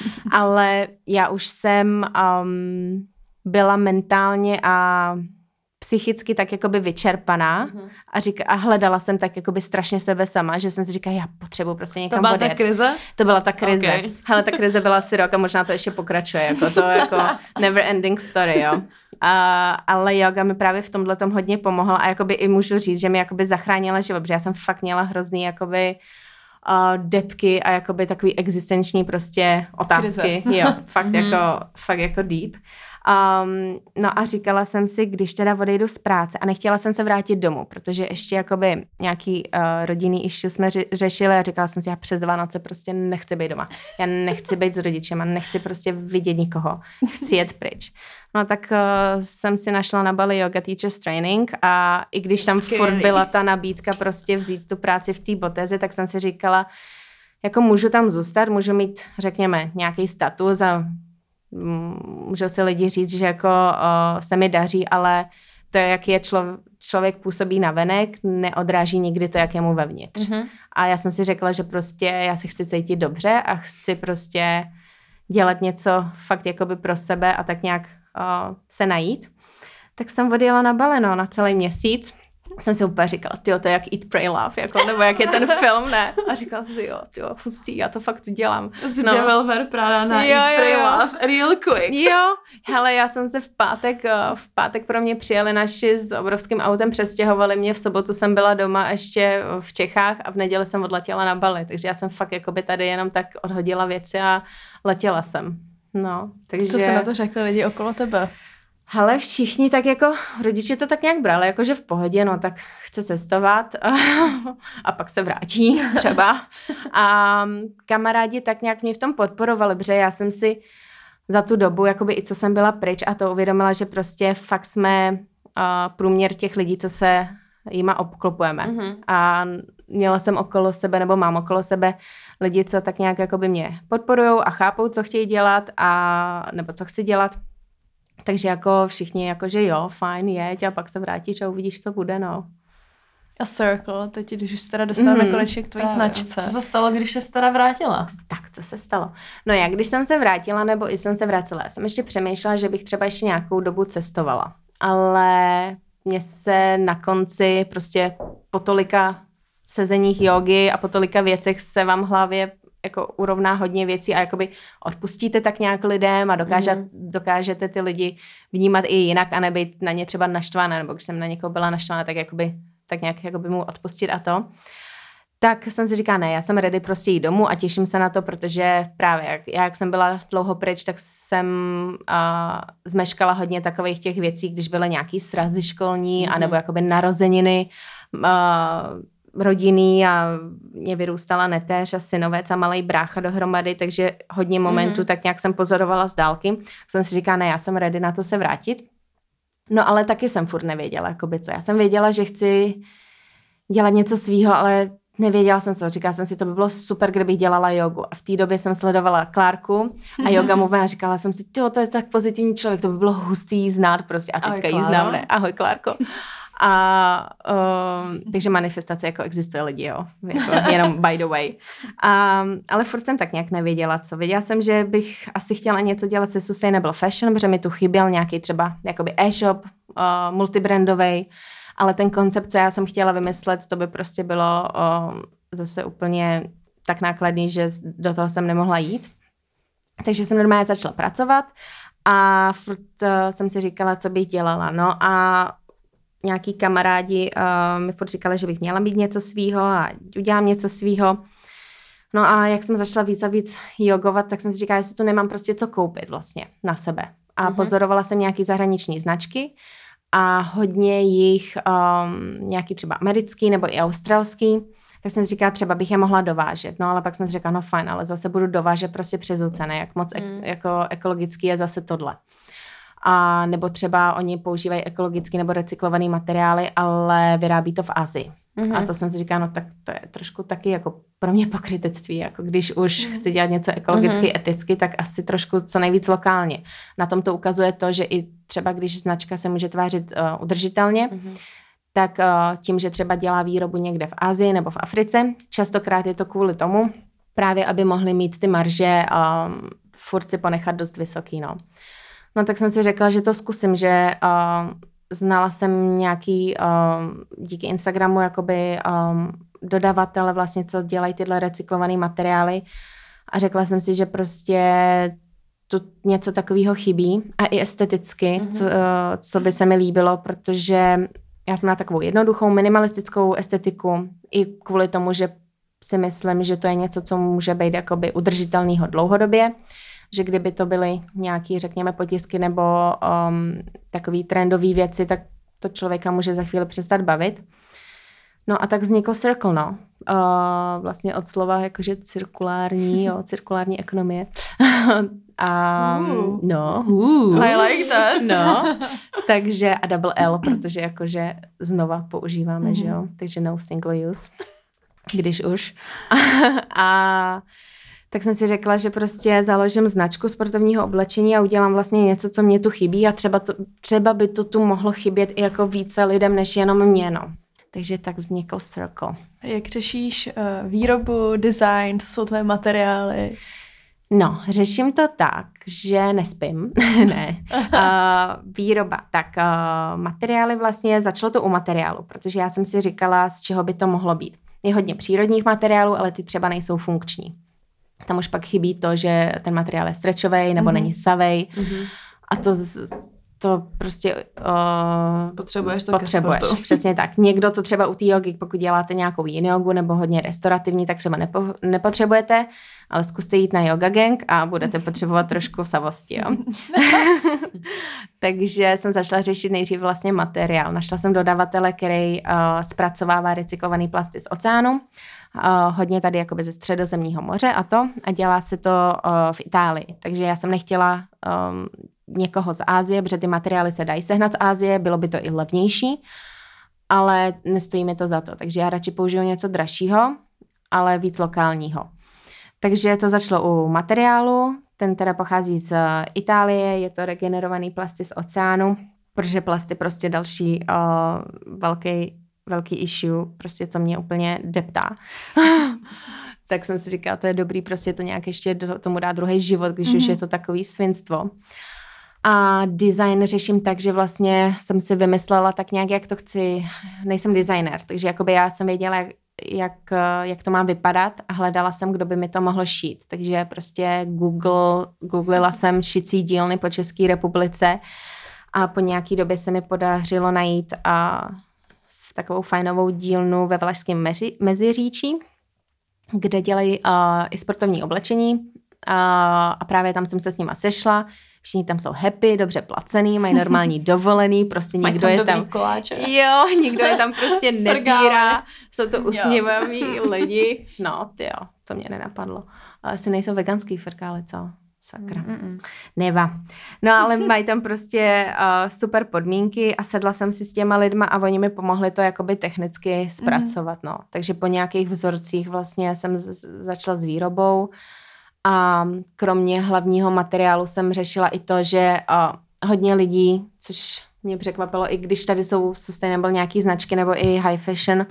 Ale já už jsem um, byla mentálně a psychicky tak jakoby vyčerpaná mm-hmm. a, řík, a hledala jsem tak jakoby strašně sebe sama, že jsem si říkala, já potřebuji prostě někam
odjet. To byla
odjet.
ta krize?
To byla ta krize.
Okay.
Hele, ta krize byla asi rok a možná to ještě pokračuje, jako to jako never ending story, jo. A, ale yoga mi právě v tomhle tom hodně pomohla a jakoby i můžu říct, že mi jakoby zachránila život, protože já jsem fakt měla hrozný jakoby uh, depky a jakoby takový existenční prostě otázky. Krize. Jo, fakt jako, fakt jako deep. Um, no a říkala jsem si, když teda odejdu z práce a nechtěla jsem se vrátit domů, protože ještě jakoby nějaký uh, rodinný issue jsme ři- řešili a říkala jsem si, já přes Vánoce prostě nechci být doma. Já nechci být s rodičema, nechci prostě vidět nikoho. Chci jet pryč. No tak uh, jsem si našla na Bali Yoga Teachers Training a i když tam Skvělý. furt byla ta nabídka prostě vzít tu práci v té Boteze, tak jsem si říkala, jako můžu tam zůstat, můžu mít, řekněme, nějaký status a můžou si lidi říct, že jako uh, se mi daří, ale to, jak je člo, člověk působí navenek, neodráží nikdy to, jak je mu vevnitř. Mm-hmm. A já jsem si řekla, že prostě já si chci cítit dobře a chci prostě dělat něco fakt jakoby pro sebe a tak nějak uh, se najít. Tak jsem odjela na Bali, no, na celý měsíc. Jsem si úplně říkala, tyjo, to je jak Eat, Pray, Love, jako, nebo jak je ten film, ne? A říkala jsem si, jo, tyjo, hustý, já to fakt udělám.
Z no. Devil Wear Prada na jo, Eat, Pray, Love, real quick.
Jo, hele, já jsem se v pátek, v pátek pro mě přijeli naši s obrovským autem, přestěhovali mě, v sobotu jsem byla doma ještě v Čechách a v neděli jsem odletěla na Bali, takže já jsem fakt jakoby tady jenom tak odhodila věci a letěla jsem. No, takže...
Co se na to řekli lidi okolo tebe?
Hele, všichni tak jako, rodiče to tak nějak brali, jakože v pohodě, no tak chce cestovat a, a pak se vrátí třeba. A kamarádi tak nějak mě v tom podporovali, protože já jsem si za tu dobu, jakoby i co jsem byla pryč a to uvědomila, že prostě fakt jsme uh, průměr těch lidí, co se jima obklopujeme. Mm-hmm. A měla jsem okolo sebe, nebo mám okolo sebe lidi, co tak nějak jakoby mě podporujou a chápou, co chtějí dělat a nebo co chci dělat. Takže jako všichni jako, že jo, fajn, jeď a pak se vrátíš a uvidíš, co bude, no.
A Circle, teď když už se teda dostáváme mm, konečně k tvojí značce.
Co se stalo, když se teda vrátila?
Tak, co se stalo? No já, když jsem se vrátila, nebo i jsem se vracela, já jsem ještě přemýšlela, že bych třeba ještě nějakou dobu cestovala. Ale mně se na konci prostě po tolika sezeních jogy a po tolika věcech se vám v hlavě jako urovná hodně věcí a jakoby odpustíte tak nějak lidem a dokáže, mm. dokážete ty lidi vnímat i jinak a nebejt na ně třeba naštvaná, nebo když jsem na někoho byla naštvaná, tak jakoby tak nějak jakoby mu odpustit a to. Tak jsem si říkala, ne, já jsem ready prostě jít domů a těším se na to, protože právě jak, já, jak jsem byla dlouho pryč, tak jsem uh, zmeškala hodně takových těch věcí, když byly nějaký srazy školní, mm. anebo jakoby narozeniny, uh, rodinný a mě vyrůstala netéř a synovec a malej brácha dohromady, takže hodně momentů mm-hmm. tak nějak jsem pozorovala z dálky. Jsem si říkala, ne, já jsem ready na to se vrátit. No ale taky jsem furt nevěděla, jakoby co. Já jsem věděla, že chci dělat něco svýho, ale nevěděla jsem co. Říkala jsem si, to by bylo super, kdybych dělala jogu. A v té době jsem sledovala Klárku a Yoga Movement a říkala jsem si, to je tak pozitivní člověk, to by bylo hustý jí znát prostě. A teďka jí znám, ne? Ahoj, Klárko. A um, takže manifestace jako existuje lidi, jo, jako jenom by the way. Um, ale furt jsem tak nějak nevěděla, co. Věděla jsem, že bych asi chtěla něco dělat se sustainable fashion, protože mi tu chyběl nějaký třeba jakoby e-shop, uh, multibrandovej, ale ten koncept, co já jsem chtěla vymyslet, to by prostě bylo uh, zase úplně tak nákladný, že do toho jsem nemohla jít. Takže jsem normálně začala pracovat a furt uh, jsem si říkala, co bych dělala. No a nějaký kamarádi uh, mi furt říkali, že bych měla mít něco svýho a udělám něco svýho. No a jak jsem začala víc a víc jogovat, tak jsem si říkala, jestli tu nemám prostě co koupit vlastně na sebe. A mm-hmm. pozorovala jsem nějaký zahraniční značky a hodně jich um, nějaký třeba americký nebo i australský. Tak jsem si říkala, třeba bych je mohla dovážet. No ale pak jsem si říkala, no fajn, ale zase budu dovážet prostě přes ceny, jak moc mm. ek- jako ekologický je zase tohle. A nebo třeba oni používají ekologicky nebo recyklované materiály, ale vyrábí to v Asii. Mm-hmm. A to jsem si říkala, no tak to je trošku taky jako pro mě pokrytectví, jako když už mm. chci dělat něco ekologicky, mm-hmm. eticky, tak asi trošku co nejvíc lokálně. Na tom to ukazuje to, že i třeba když značka se může tvářit uh, udržitelně, mm-hmm. tak uh, tím, že třeba dělá výrobu někde v Asii nebo v Africe, častokrát je to kvůli tomu, právě aby mohli mít ty marže um, furt si ponechat dost vysoký, no. No tak jsem si řekla, že to zkusím, že uh, znala jsem nějaký, uh, díky Instagramu, jakoby um, dodavatele vlastně, co dělají tyhle recyklované materiály a řekla jsem si, že prostě tu něco takového chybí a i esteticky, mm-hmm. co, uh, co by se mi líbilo, protože já jsem na takovou jednoduchou minimalistickou estetiku i kvůli tomu, že si myslím, že to je něco, co může být jakoby udržitelného dlouhodobě, že kdyby to byly nějaký, řekněme, potisky nebo um, takový trendové věci, tak to člověka může za chvíli přestat bavit. No a tak vznikl Circle, no. Uh, vlastně od slova jakože cirkulární, jo, cirkulární ekonomie. a,
uh.
No. Uh.
I like that.
No. Takže a double L, protože jakože znova používáme, mm-hmm. že jo. Takže no single use, když už. a tak jsem si řekla, že prostě založím značku sportovního oblečení a udělám vlastně něco, co mě tu chybí a třeba, to, třeba by to tu mohlo chybět i jako více lidem, než jenom mě, no. Takže tak vznikl Circle.
Jak řešíš uh, výrobu, design, co jsou tvoje materiály?
No, řeším to tak, že nespím, ne. Uh, výroba, tak uh, materiály vlastně, začalo to u materiálu, protože já jsem si říkala, z čeho by to mohlo být. Je hodně přírodních materiálů, ale ty třeba nejsou funkční. Tam už pak chybí to, že ten materiál je stretchovej nebo mm-hmm. není savej mm-hmm. a to z, to prostě uh,
potřebuješ to
potřebuješ, přesně tak. Někdo to třeba u té jogy, pokud děláte nějakou yin jogu nebo hodně restaurativní, tak třeba nepo, nepotřebujete, ale zkuste jít na Yoga Gang a budete potřebovat trošku savosti, jo. Takže jsem začala řešit nejdřív vlastně materiál. Našla jsem dodavatele, který uh, zpracovává recyklovaný plasty z oceánu, uh, hodně tady jakoby ze Středozemního moře a to, a dělá se to uh, v Itálii. Takže já jsem nechtěla um, někoho z Asie, protože ty materiály se dají sehnat z Asie, bylo by to i levnější, ale nestojí mi to za to. Takže já radši použiju něco dražšího, ale víc lokálního. Takže to začalo u materiálu, ten teda pochází z Itálie, je to regenerovaný plasty z oceánu, protože plast je prostě další uh, velký, velký issue, prostě co mě úplně deptá. Tak jsem si říkala, to je dobrý prostě to nějak ještě do, tomu dát druhý život, když mm-hmm. už je to takový svinstvo. A design řeším tak, že vlastně jsem si vymyslela tak nějak, jak to chci, nejsem designer, takže jakoby já jsem věděla, jak, jak, jak to má vypadat a hledala jsem, kdo by mi to mohl šít. Takže prostě Google, googlila jsem šicí dílny po České republice a po nějaký době se mi podařilo najít a, v takovou fajnovou dílnu ve Valašském mezi, Meziříčí, kde dělají uh, i sportovní oblečení uh, a právě tam jsem se s nima sešla. Všichni tam jsou happy, dobře placený, mají normální dovolený, prostě někdo je tam...
koláče.
Jo, nikdo je tam prostě nebírá, jsou to usměvaví lidi. No, tyjo, to mě nenapadlo. Ale asi nejsou veganský frkále, co? Sakra. Mm-mm. Neva. No, ale mají tam prostě uh, super podmínky a sedla jsem si s těma lidma a oni mi pomohli to jakoby technicky zpracovat, mm. no. Takže po nějakých vzorcích vlastně jsem z- začala s výrobou. A kromě hlavního materiálu jsem řešila i to, že uh, hodně lidí, což mě překvapilo, i když tady jsou sustainable nějaký značky nebo i high fashion,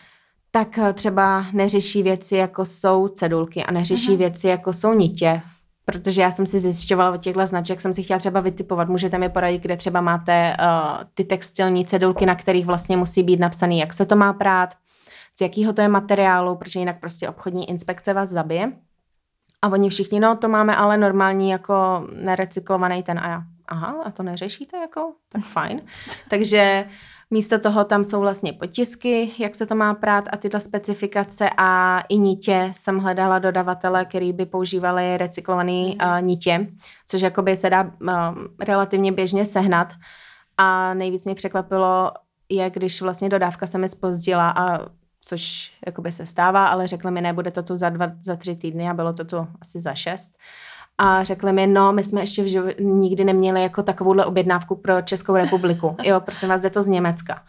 tak uh, třeba neřeší věci, jako jsou cedulky a neřeší uh-huh. věci, jako jsou nitě. Protože já jsem si zjišťovala od těchto značek, jsem si chtěla třeba vytipovat. Můžete mi poradit, kde třeba máte uh, ty textilní cedulky, na kterých vlastně musí být napsaný, jak se to má prát, z jakého to je materiálu, protože jinak prostě obchodní inspekce vás zabije. A oni všichni, no to máme ale normální jako nerecyklovaný ten a já, aha, a to neřešíte jako, tak fajn. Takže místo toho tam jsou vlastně potisky, jak se to má prát a tyhle specifikace a i nitě jsem hledala dodavatele, který by používali recyklovaný uh, nitě, což jakoby se dá uh, relativně běžně sehnat a nejvíc mě překvapilo je, když vlastně dodávka se mi zpozdila a což jakoby se stává, ale řekli mi, ne, bude to tu za dva, za tři týdny a bylo to tu asi za šest. A řekli mi, no, my jsme ještě v živ- nikdy neměli jako takovouhle objednávku pro Českou republiku. Jo, prostě vás jde to z Německa.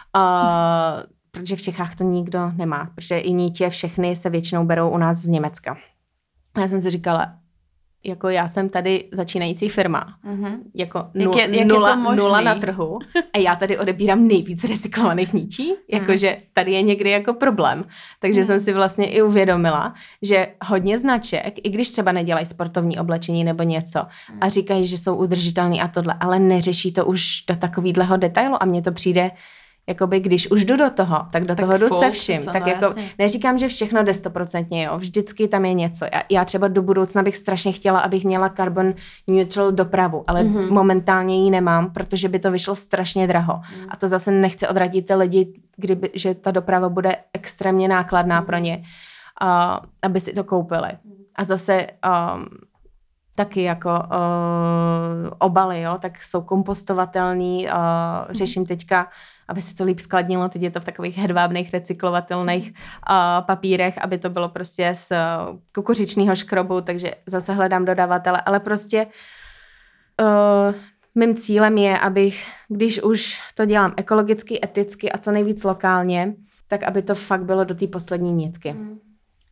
Uh, protože v Čechách to nikdo nemá, protože i nítě všechny se většinou berou u nás z Německa. A já jsem si říkala, jako já jsem tady začínající firma, mm-hmm. jako nul, jak je, jak nula, je to nula na trhu a já tady odebírám nejvíc recyklovaných nití, jakože mm. tady je někdy jako problém. Takže mm. jsem si vlastně i uvědomila, že hodně značek, i když třeba nedělají sportovní oblečení nebo něco mm. a říkají, že jsou udržitelný a tohle, ale neřeší to už do takovýhleho detailu a mně to přijde jakoby když už jdu do toho, tak do tak toho jdu se vším. Co, tak no, jako, neříkám, že všechno jde stoprocentně, jo. Vždycky tam je něco. Já, já třeba do budoucna bych strašně chtěla, abych měla carbon neutral dopravu, ale mm-hmm. momentálně ji nemám, protože by to vyšlo strašně draho. Mm. A to zase nechce odradit ty lidi, kdyby, že ta doprava bude extrémně nákladná mm. pro ně, uh, aby si to koupili. A zase um, taky jako uh, obaly, jo, tak jsou kompostovatelný, uh, mm. řeším teďka, aby se to líp skladnilo, teď je to v takových hedvábných recyklovatelných uh, papírech, aby to bylo prostě z uh, kukuřičného škrobu, takže zase hledám dodavatele, ale prostě uh, mým cílem je, abych, když už to dělám ekologicky, eticky a co nejvíc lokálně, tak aby to fakt bylo do té poslední nitky.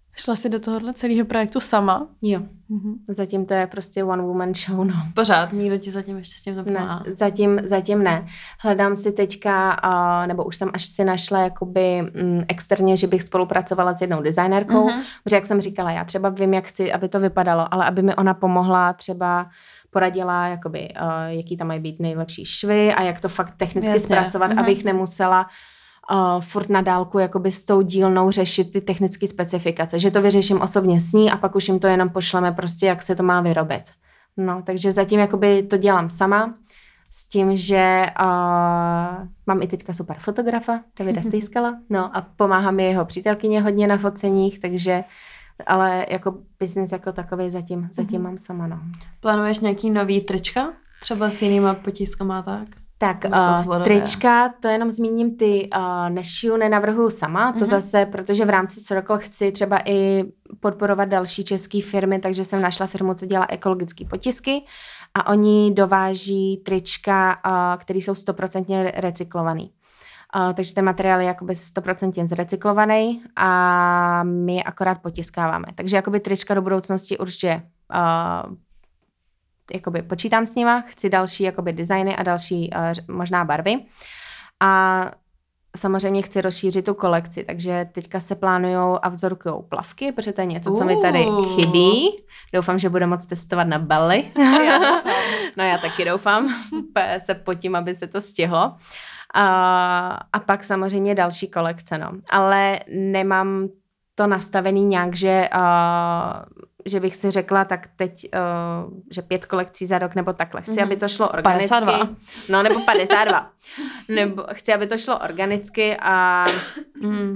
Šla jsi do tohohle celého projektu sama?
Jo. Mm-hmm. Zatím to je prostě one woman show, no.
Pořád, nikdo ti zatím ještě s tím nepomáhá.
Ne, zatím, zatím ne. Hledám si teďka, uh, nebo už jsem až si našla jakoby um, externě, že bych spolupracovala s jednou designérkou, mm-hmm. protože jak jsem říkala, já třeba vím, jak chci, aby to vypadalo, ale aby mi ona pomohla třeba poradila, jakoby, uh, jaký tam mají být nejlepší švy a jak to fakt technicky Jasně. zpracovat, mm-hmm. abych nemusela Uh, furt na dálku jakoby s tou dílnou řešit ty technické specifikace, že to vyřeším osobně s ní a pak už jim to jenom pošleme prostě, jak se to má vyrobit. No, takže zatím jakoby to dělám sama s tím, že uh, mám i teďka super fotografa, Davida Stejskala, no a pomáhá mi jeho přítelkyně hodně na foceních, takže ale jako business jako takový zatím, zatím mm-hmm. mám sama, no.
Plánuješ nějaký nový trička? Třeba s jinýma potiskama a tak?
Tak uh, trička, to jenom zmíním, ty uh, nešiju, nenavrhuju sama, to mm-hmm. zase, protože v rámci Circle chci třeba i podporovat další české firmy, takže jsem našla firmu, co dělá ekologické potisky a oni dováží trička, uh, které jsou stoprocentně recyklovaný. Uh, takže ten materiál je jakoby stoprocentně zrecyklovaný a my je akorát potiskáváme. Takže jakoby trička do budoucnosti určitě uh, jakoby počítám s nima, chci další jakoby designy a další uh, možná barvy. A samozřejmě chci rozšířit tu kolekci, takže teďka se plánujou a vzorkujou plavky, protože to je něco, co mi tady chybí. Doufám, že budu moc testovat na Bali. Já no já taky doufám. se potím, aby se to stihlo. A, a pak samozřejmě další kolekce, no. Ale nemám to nastavený nějak, že... Uh, že bych si řekla, tak teď, uh, že pět kolekcí za rok, nebo takhle. Chci, mm-hmm. aby to šlo organicky.
padesát dva
No, nebo padesát dva Nebo chci, aby to šlo organicky a mm. uh,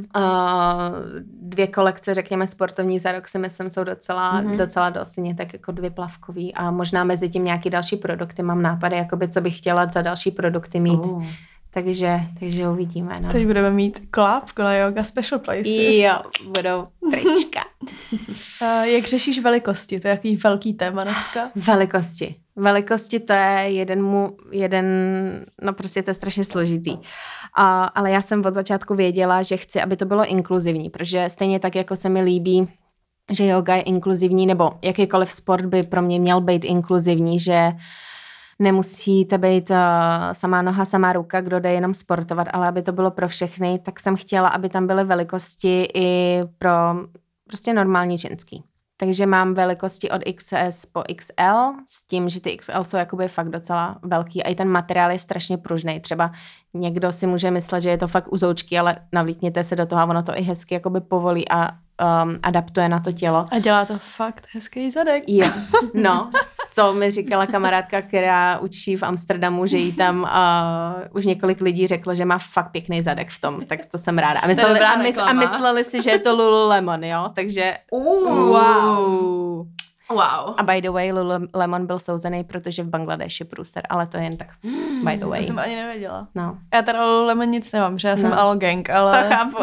dvě kolekce, řekněme, sportovní za rok si myslím, jsou docela, mm-hmm. docela dost, tak jako dvě plavkový a možná mezi tím nějaký další produkty. Mám nápady, jakoby, co bych chtěla za další produkty mít. Uh. Takže, takže uvidíme. No.
Teď budeme mít kolávku na Yoga Special Places.
Jo, budou trička.
Jak řešíš velikosti? To je jaký velký téma dneska?
Velikosti. Velikosti to je jeden mu, jeden, no prostě to je strašně složitý. Uh, ale já jsem od začátku věděla, že chci, aby to bylo inkluzivní, protože stejně tak, jako se mi líbí, že yoga je inkluzivní, nebo jakýkoliv sport by pro mě měl být inkluzivní, že nemusíte být uh, samá noha, samá ruka, kdo jde jenom sportovat, ale aby to bylo pro všechny, tak jsem chtěla, aby tam byly velikosti i pro prostě normální ženský. Takže mám velikosti od X S po X L s tím, že ty X L jsou jakoby fakt docela velký a i ten materiál je strašně pružný. Třeba někdo si může myslet, že je to fakt uzoučky, ale navlíkněte se do toho a ono to i hezky jakoby povolí a um, adaptuje na to tělo.
A dělá to fakt hezký zadek.
Jo, no. Co mi říkala kamarádka, která učí v Amsterdamu, že jí tam uh, už několik lidí řeklo, že má fakt pěkný zadek v tom, tak to jsem ráda. A mysleli, a mysl, a mysleli si, že je to Lululemon, jo, takže
uh, wow. Wow.
A by the way, Lululemon byl souzený, protože v Bangladeši je průser, ale to je jen tak mm, by the way.
To jsem ani nevěděla.
No.
Já teda Lululemon nic nemám, že já jsem no. Alo Gang, ale...
To chápu.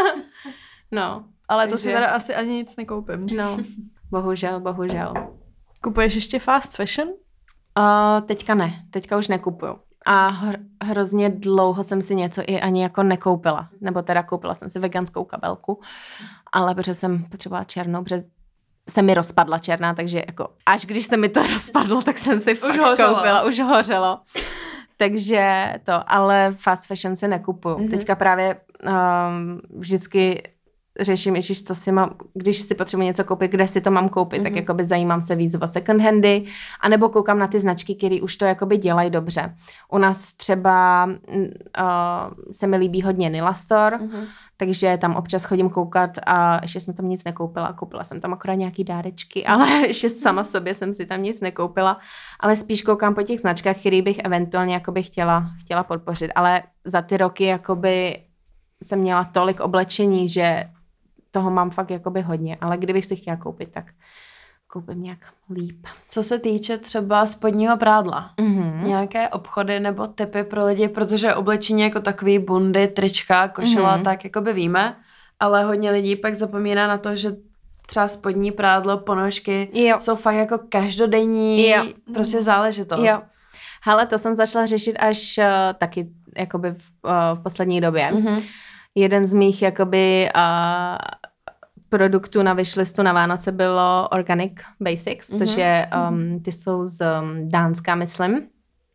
No.
Ale takže... to si teda asi ani nic nekoupím.
No, bohužel, bohužel.
Kupuješ ještě fast fashion?
Uh, teďka ne, teďka už nekupuju. A hr- hrozně dlouho jsem si něco i ani jako nekoupila. Nebo teda koupila jsem si veganskou kabelku, ale protože jsem potřebovala černou, protože se mi rozpadla černá, takže jako až když se mi to rozpadlo, tak jsem si fakt koupila, už hořelo. Takže to, ale fast fashion si nekupuju. Mm-hmm. Teďka právě um, vždycky řeším, ježiš, co si mám, když si potřebuji něco koupit, kde si to mám koupit, mm-hmm. tak jakoby zajímám se víc o second handy, anebo koukám na ty značky, které už to jakoby dělají dobře. U nás třeba uh, se mi líbí hodně Nila Store, mm-hmm. takže tam občas chodím koukat a ještě jsem tam nic nekoupila. Koupila jsem tam akorát nějaký dárečky, ale ještě sama sobě jsem si tam nic nekoupila, ale spíš koukám po těch značkách, který bych eventuálně jakoby chtěla, chtěla podpořit, ale za ty roky jakoby jsem měla tolik oblečení, že toho mám fakt jakoby hodně, ale kdybych si chtěla koupit, tak koupím nějak líp.
Co se týče třeba spodního prádla,
mm-hmm.
nějaké obchody nebo tipy pro lidi, protože oblečení jako takový bundy, trička, košile, mm-hmm. tak jakoby víme, ale hodně lidí pak zapomíná na to, že třeba spodní prádlo, ponožky
jo.
jsou fakt jako každodenní
jo.
prostě záležitost.
Jo. Hele, to jsem začala řešit až uh, taky jakoby v, uh, v poslední době.
Mm-hmm.
Jeden z mých jakoby uh, produktů na wishlistu na Vánoce bylo Organic Basics, mm-hmm. což je, um, ty jsou z um, Dánska, myslím. Uh,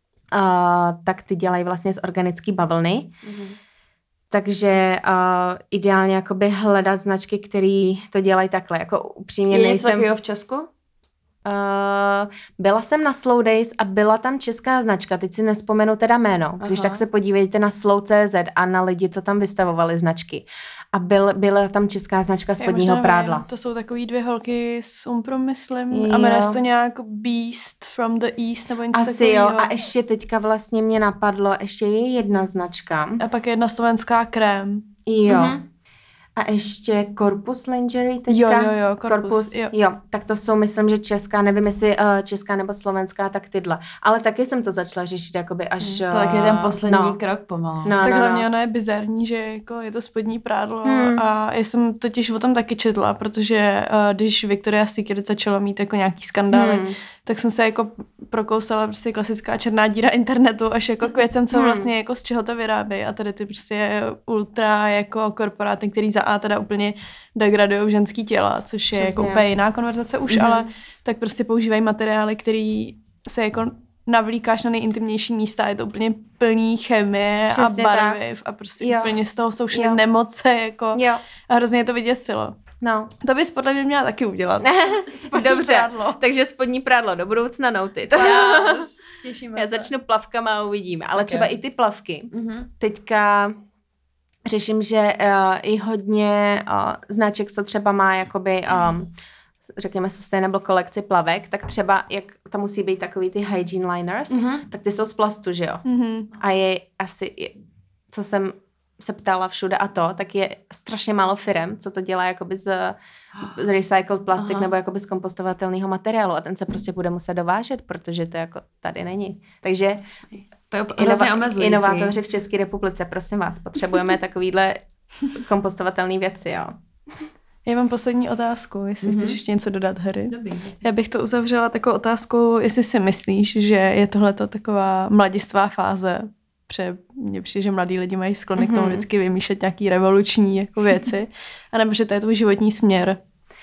tak ty dělají vlastně z organické bavlny. Mm-hmm. Takže uh, ideálně jakoby hledat značky, které to dělají takhle. Jako upřímně
je
nejsem...
něco takového v Česku?
Uh, byla jsem na Slow Days a byla tam česká značka, teď si nespomenu teda jméno, Aha. když tak se podívejte na slow tečka cé zet a na lidi, co tam vystavovali značky. A byl, byla tam česká značka spodního prádla.
Vím, to jsou takový dvě holky z Umpru, myslím, a jmenuje se to nějak Beast from the East, nebo něco
Asi
takovýho.
jo, a ještě teďka vlastně mě napadlo, ještě je jedna značka.
A pak jedna slovenská Krém.
Jo. Mhm. A ještě Corpus Lingerie teďka.
Jo, jo, jo, Corpus,
Corpus
jo.
jo. Tak to jsou, myslím, že česká, nevím jestli uh, česká nebo slovenská, tak tyhle. Ale taky jsem to začala řešit, jakoby až...
To taky je ten poslední
no.
krok pomalu.
No,
tak
no,
hlavně
no.
ono je bizarní, že jako je to spodní prádlo
hmm.
a já jsem totiž o tom taky četla, protože uh, když Victoria's Secret začalo mít jako nějaký skandály, hmm. tak jsem se jako prokousala prostě klasická černá díra internetu až jako k věcem, co vlastně jako z čeho to vyrábí a tady ty prostě ultra jako korporáty, který za A teda úplně degradují ženský těla, což je
Přesně.
jako úplně jiná konverzace už, mm-hmm. ale tak prostě používají materiály, který se jako navlíkáš na nejintimnější místa, je to úplně plný chemie
Přesně
a barviv tak. A prostě
jo.
úplně z toho jsou šly
Jo.
nemoce jako
Jo.
a hrozně je to vyděsilo.
No.
To bys podle mě měla taky udělat.
Dobře,
prádlo.
takže spodní prádlo do budoucna noted.
Yes. Těšíme
Já
se.
začnu plavkama a uvidíme. Ale
tak
třeba
jo.
i ty plavky.
Mm-hmm.
Teďka řeším, že uh, i hodně uh, značek, co třeba má jakoby, um, řekněme, sustainable kolekci plavek, tak třeba, jak tam musí být takový ty hygiene liners, mm-hmm. tak ty jsou z plastu, že jo?
Mm-hmm.
A je asi, je, co jsem se ptala všude a to, tak je strašně málo firem, co to dělá jakoby z, z recycled plastik Aha. nebo jakoby z kompostovatelného materiálu a ten se prostě bude muset dovážet, protože to jako tady není. Takže
to je hrozně omezující.
Inovátoři v České republice, prosím vás, potřebujeme takovýhle kompostovatelné věci, jo.
Já mám poslední otázku, jestli mm-hmm. chceš ještě něco dodat, Harry.
Dobrý.
Já bych to uzavřela takovou otázkou, jestli si myslíš, že je tohleto taková mladistvá fáze, protože mně přijde, že mladí lidi mají sklony mm-hmm. k tomu vždycky vymýšlet nějaký revoluční jako věci, anebo že to je tvůj životní směr.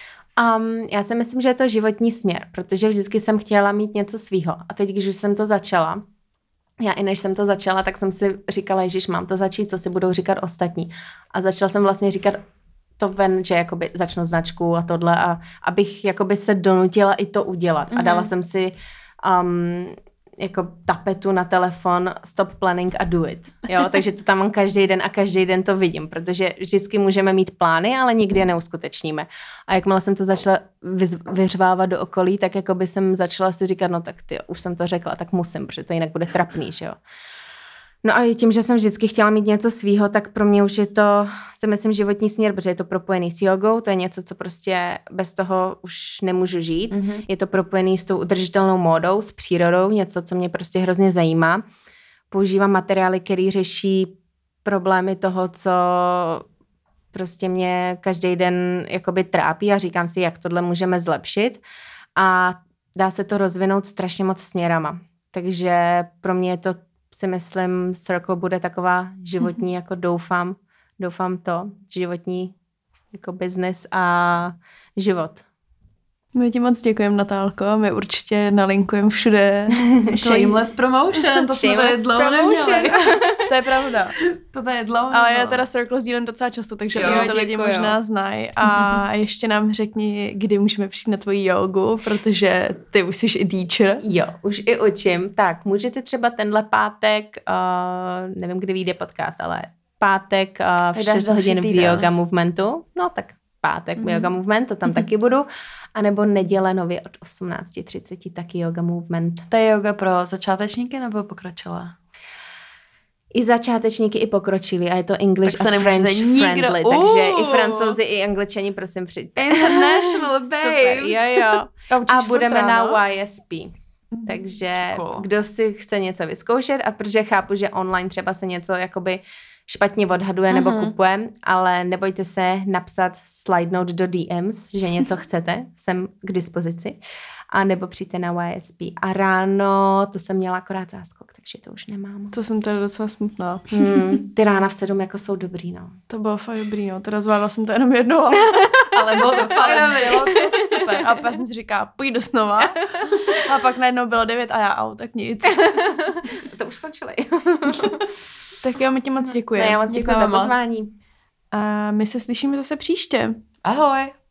Um, já si myslím, že je to životní směr, protože vždycky jsem chtěla mít něco svýho. A teď, když už jsem to začala, já i než jsem to začala, tak jsem si říkala, ježiš, mám to začít, co si budou říkat ostatní. A začala jsem vlastně říkat to ven, že jakoby začnu značku a tohle, a abych jakoby se donutila i to udělat. Mm-hmm. A dala jsem si um, jako tapetu na telefon stop planning a do it. Jo? Takže to tam mám každý den a každý den to vidím, protože vždycky můžeme mít plány, ale nikdy je neuskutečníme. A jakmile jsem to začala vyz- vyřvávat do okolí, tak jakoby jsem začala si říkat, no tak ty, už jsem to řekla, tak musím, protože to jinak bude trapný, že jo. No a tím, že jsem vždycky chtěla mít něco svýho, tak pro mě už je to, si myslím, životní směr, protože je to propojený s jogou, to je něco, co prostě bez toho už nemůžu žít. Mm-hmm. Je to propojený s tou udržitelnou módou, s přírodou, něco, co mě prostě hrozně zajímá. Používám materiály, které řeší problémy toho, co prostě mě každý den jakoby trápí a říkám si, jak tohle můžeme zlepšit. A dá se to rozvinout strašně moc směrama. Takže pro mě je to, si myslím, Circle bude taková životní, jako doufám, doufám to, životní jako business a život.
My ti moc děkujeme, Natálko, my určitě nalinkujeme všude.
Shameless promotion, to jsme tady dlouho neměli.
To je pravda.
To tady dlouho.
Ale já teda Circle sdílím docela často, takže
jo,
to
děkuju.
lidi možná znají. A ještě nám řekni, kdy můžeme přijít na tvoji jogu, protože ty už jsi i teacher.
Jo, už i učím. Tak, můžete třeba tenhle pátek, uh, nevím, kdy vyjde podcast, ale pátek uh, v šest hodin v Yoga Movementu. No tak pátek mm. Yoga Movement, to tam mm-hmm. taky budu. A nebo neděle nově od osmnáct třicet taky Yoga Movement.
To je yoga pro začátečníky nebo pokročilé?
I začátečníky, i pokročilí a je to English a French friendly, uh. takže i Francouzi, i Angličani, prosím, přijďte.
International babes.
Super, jo, jo.
A,
a budeme na Y S P. Mm. Takže
cool.
Kdo si chce něco vyzkoušet, a protože chápu, že online třeba se něco jakoby špatně odhaduje nebo mm-hmm. kupuje, ale nebojte se napsat slide note do D Ms, že něco chcete, jsem k dispozici. a nebo přijďte na Y S P. A ráno to jsem měla akorát záskok, takže to už nemám.
To jsem teda docela smutná.
Hmm, ty rána v sedm jako jsou dobrý, no.
To bylo fakt dobrý, no. Teda zvládla jsem to jenom jednou, ale, ale bylo to fakt dobrý, bylo to super. A pak jsem si říkala, půjdu znova. A pak najednou bylo devět a já out, tak nic.
To už skončili.
Tak jo, my ti moc děkujeme.
No, já moc děkuji za pozvání.
A my se slyšíme zase příště.
Ahoj.